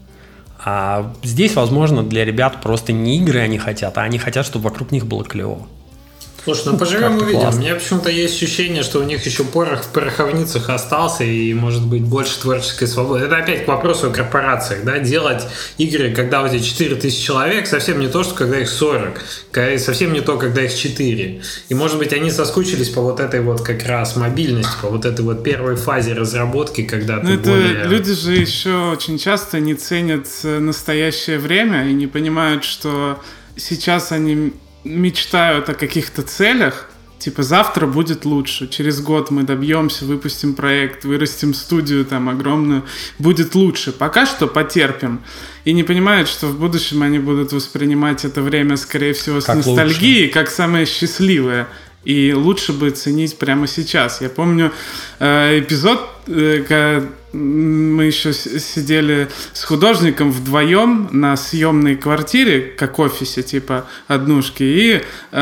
А здесь, возможно, для ребят просто не игры они хотят, а они хотят, чтобы вокруг них было клево. Слушай, ну поживем увидим. Классно. У меня почему-то есть ощущение, что у них еще порох в пороховницах остался и, может быть, больше творческой свободы. Это опять к вопросу о корпорациях, да, делать игры, когда у тебя 4000 человек, совсем не то, что когда их 40, совсем не то, когда их 4. И, может быть, они соскучились по вот этой вот как раз мобильности, по вот этой вот первой фазе разработки, когда ты более... Люди же еще очень часто не ценят настоящее время и не понимают, что сейчас они... мечтают о каких-то целях, типа завтра будет лучше, через год мы добьемся, выпустим проект, вырастим студию там огромную, будет лучше. Пока что потерпим. И не понимают, что в будущем они будут воспринимать это время, скорее всего, с как ностальгией, лучше. Как самое счастливое. И лучше бы ценить прямо сейчас. Я помню эпизод, когда мы еще сидели с художником вдвоем на съемной квартире, как офисе, типа однушки, и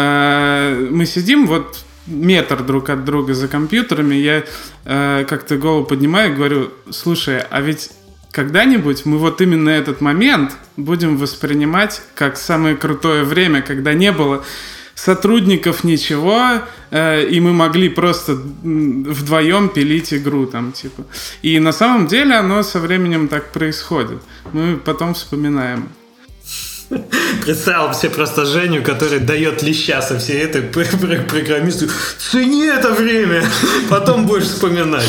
мы сидим вот метр друг от друга за компьютерами, я как-то голову поднимаю и говорю: слушай, а ведь когда-нибудь мы вот именно этот момент будем воспринимать как самое крутое время, когда не было сотрудников, ничего, и мы могли просто вдвоем пилить игру там, типа. И на самом деле оно со временем так происходит. Мы потом вспоминаем. Представил себе просто Женю, который дает леща со всей этой программисту. Цени это время, потом будешь вспоминать.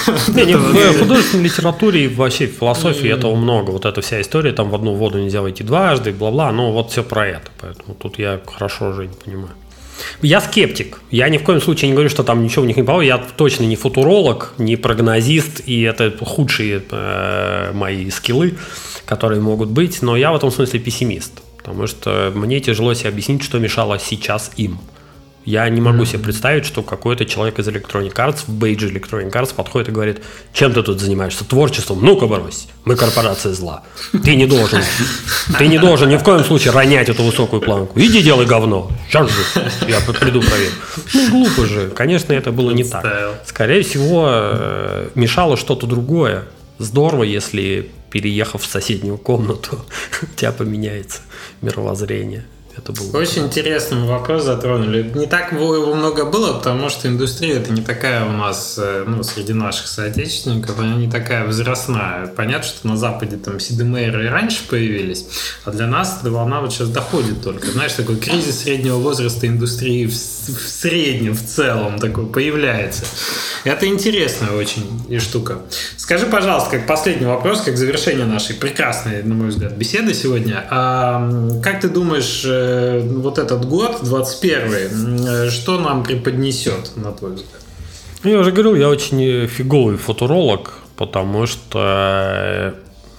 В художественной литературе и вообще в философии этого много. Вот эта вся история, там в одну воду нельзя войти дважды, бла-бла. Но вот все про это. Поэтому тут я хорошо Женю понимаю. Я скептик. Я ни в коем случае не говорю, что там ничего у них не получится. Я точно не футуролог, не прогнозист, и это худшие мои скиллы, которые могут быть. Но я в этом смысле пессимист, потому что мне тяжело себе объяснить, что мешало сейчас им. Я не могу себе представить, что какой-то человек из Electronic Arts, в бейджи Electronic Arts подходит и говорит: чем ты тут занимаешься? Творчеством? Ну-ка, брось. Мы корпорация зла. Ты не должен ни в коем случае ронять эту высокую планку. Иди делай говно. Сейчас же я приду проверю. Ну, глупо же. Конечно, это было не так. Скорее всего, мешало что-то другое. Здорово, если, переехав в соседнюю комнату, у тебя поменяется мировоззрение. Это был очень интересный вопрос затронули. Не так его много было, потому что индустрия это не такая у нас, среди наших соотечественников, она не такая возрастная. Понятно, что на Западе там CDMA и раньше появились, а для нас эта волна вот сейчас доходит только. Знаешь, такой кризис среднего возраста индустрии в среднем, в целом такой появляется. Это интересная очень штука. Скажи, пожалуйста, как последний вопрос, как завершение нашей прекрасной, на мой взгляд, беседы сегодня. Как ты думаешь, вот этот год, 21-й, что нам преподнесет, на твой взгляд? Я уже говорил, я очень фиговый футуролог, потому что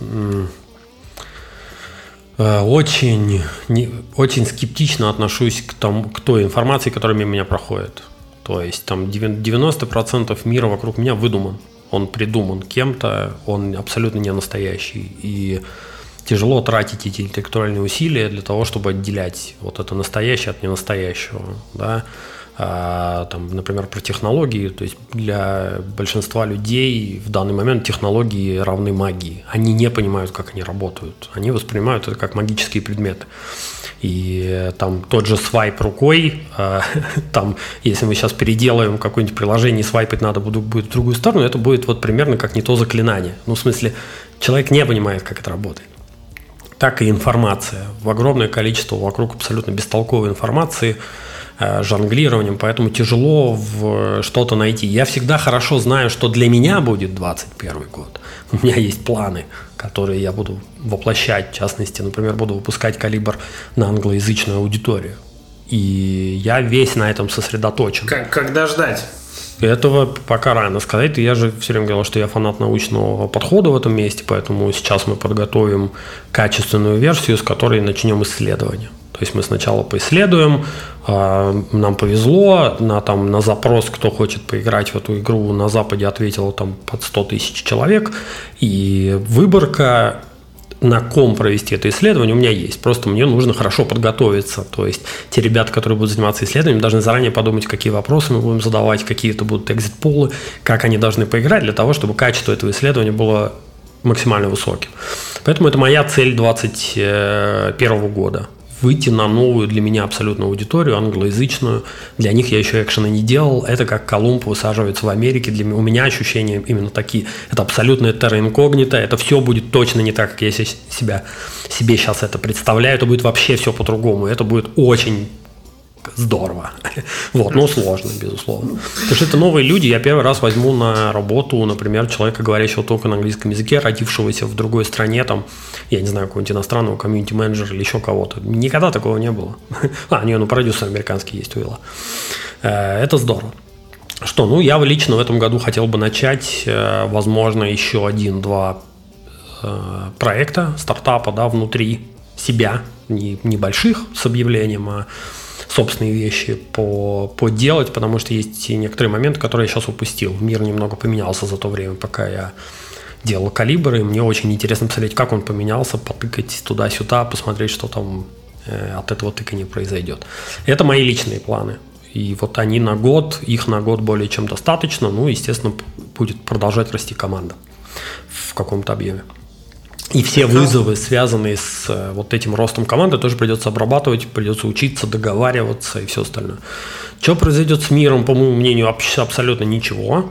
очень скептично отношусь к той информации, которая мимо меня проходит. То есть там 90% мира вокруг меня выдуман. Он придуман кем-то, он абсолютно не настоящий. И тяжело тратить эти интеллектуальные усилия для того, чтобы отделять вот это настоящее от ненастоящего. Да? Например, про технологии. То есть для большинства людей в данный момент технологии равны магии. Они не понимают, как они работают. Они воспринимают это как магические предметы. И там тот же свайп рукой, там, если мы сейчас переделаем какое-нибудь приложение, и свайпать надо будет в другую сторону, это будет вот примерно как не то заклинание. Ну, в смысле, человек не понимает, как это работает. Так и информация. В огромное количество вокруг абсолютно бестолковой информации, жонглированием, поэтому тяжело что-то найти. Я всегда хорошо знаю, что для меня будет 21 год. У меня есть планы, которые я буду воплощать. В частности, например, буду выпускать «Калибр» на англоязычную аудиторию. И я весь на этом сосредоточен. Когда ждать? Этого пока рано сказать. Я же все время говорил, что я фанат научного подхода в этом месте, поэтому сейчас мы подготовим качественную версию, с которой начнем исследование. То есть мы сначала поисследуем, нам повезло, на запрос, кто хочет поиграть в эту игру, на Западе ответило там под 100 тысяч человек, и выборка, на ком провести это исследование, у меня есть. Просто мне нужно хорошо подготовиться. То есть те ребята, которые будут заниматься исследованием, должны заранее подумать, какие вопросы мы будем задавать, какие это будут экзит-полы, как они должны поиграть, для того, чтобы качество этого исследования было максимально высоким. Поэтому это моя цель 2021 года. Выйти на новую для меня абсолютно аудиторию, англоязычную. Для них я еще экшена не делал. Это как Колумб высаживается в Америке. У меня ощущения именно такие. Это абсолютная терра инкогнита. Это все будет точно не так, как я себе сейчас это представляю. Это будет вообще все по-другому. Это будет очень здорово. Вот, но сложно, безусловно. Потому что это новые люди. Я первый раз возьму на работу, например, человека, говорящего только на английском языке, родившегося в другой стране, там, я не знаю, какого-нибудь иностранного комьюнити-менеджера или еще кого-то. Никогда такого не было. Продюсер американский есть у Илла. Это здорово. Что, я лично в этом году хотел бы начать, возможно, еще 1-2 проекта, стартапа, да, внутри себя, небольших, с объявлением, а собственные вещи поделать, потому что есть некоторые моменты, которые я сейчас упустил. Мир немного поменялся за то время, пока я делал «Калибр», и мне очень интересно посмотреть, как он поменялся, потыкать туда-сюда, посмотреть, что там от этого тыкания произойдет. Это мои личные планы. И вот они на год, их на год более чем достаточно. Естественно, будет продолжать расти команда в каком-то объеме. И все вызовы, связанные с вот этим ростом команды, тоже придется обрабатывать, придется учиться, договариваться и все остальное. Что произойдет с миром, по моему мнению, абсолютно ничего.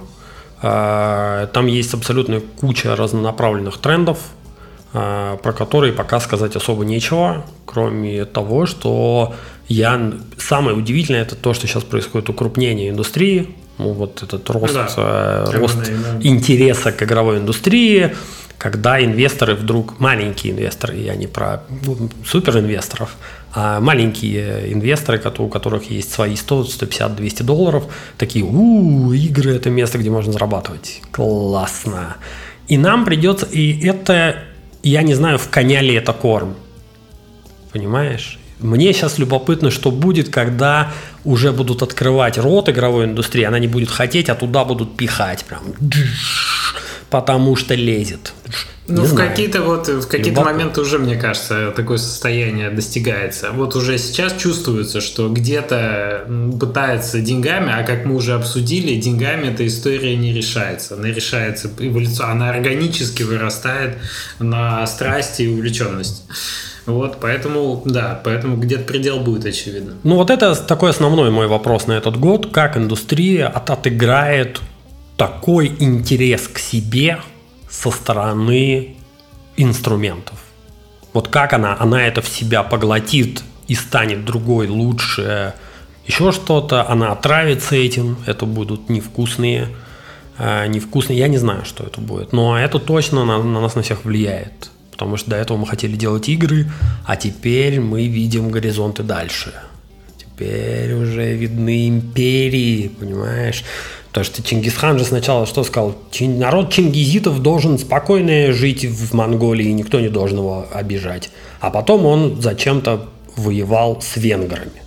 Там есть абсолютная куча разнонаправленных трендов, про которые пока сказать особо нечего, кроме того, что самое удивительное, это то, что сейчас происходит укрупнение индустрии, вот этот рост интереса к игровой индустрии, когда инвесторы вдруг, маленькие инвесторы, я не про суперинвесторов, а маленькие инвесторы, у которых есть свои 100, 150, 200 долларов, такие, игры – это место, где можно зарабатывать. Классно. И нам придется, и это, я не знаю, в коня ли это корм. Понимаешь? Мне сейчас любопытно, что будет, когда уже будут открывать рот игровой индустрии, она не будет хотеть, а туда будут пихать прям, потому что лезет. Ну, в какие-то моменты уже, мне кажется, такое состояние достигается. Вот уже сейчас чувствуется, что где-то пытается деньгами, а как мы уже обсудили, деньгами эта история не решается. Она решается эволюционно, она органически вырастает на страсти и увлеченности. Вот, поэтому где-то предел будет очевидно. Ну, вот это такой основной мой вопрос на этот год. Как индустрия отыграет такой интерес к себе со стороны инструментов? Вот как она это в себя поглотит и станет другой, лучше, еще что-то, она отравится этим, это будут невкусные, я не знаю, что это будет, но это точно на нас на всех влияет. Потому что до этого мы хотели делать игры, а теперь мы видим горизонты дальше. Теперь уже видны империи, понимаешь? Потому что Чингисхан же сначала что сказал? Народ чингизитов должен спокойно жить в Монголии, никто не должен его обижать. А потом он зачем-то воевал с венграми.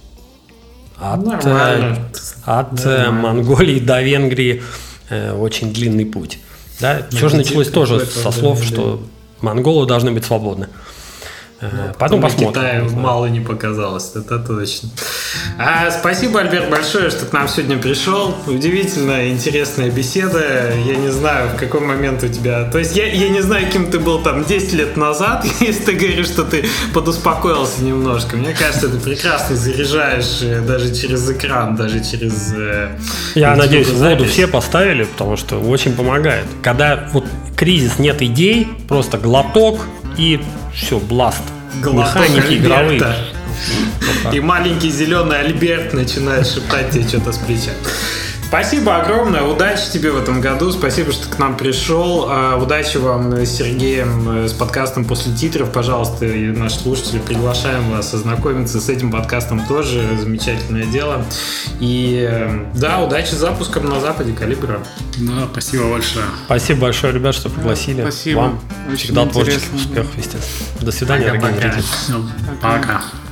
От Монголии до Венгрии очень длинный путь. Да? Все же началось тоже со слов, что монголы должны быть свободны. Потом посмотрим. Китаю мало не показалось, это точно. Спасибо, Альберт, большое, что к нам сегодня пришел. Удивительно интересная беседа. Я не знаю, в какой момент у тебя... То есть я не знаю, кем ты был там 10 лет назад, если ты говоришь, что ты подуспокоился немножко. Мне кажется, ты прекрасно заряжаешь даже через экран, даже через... Я надеюсь, воду все поставили, потому что очень помогает. Когда вот кризис, нет идей, просто глоток и все, бласт. Механики игровые. И маленький зеленый Альберт начинает шептать тебе что-то с плеча. Спасибо огромное, удачи тебе в этом году, спасибо, что ты к нам пришел, удачи вам с Сергеем с подкастом «После титров», пожалуйста, и наши слушатели, приглашаем вас ознакомиться с этим подкастом тоже, замечательное дело, и да, удачи с запуском на Западе Калибра. Да, спасибо большое. Спасибо большое, ребят, что пригласили. Спасибо. Вам очень всегда интересно. Творческих успехов, естественно. До свидания, дорогие зрители. Пока.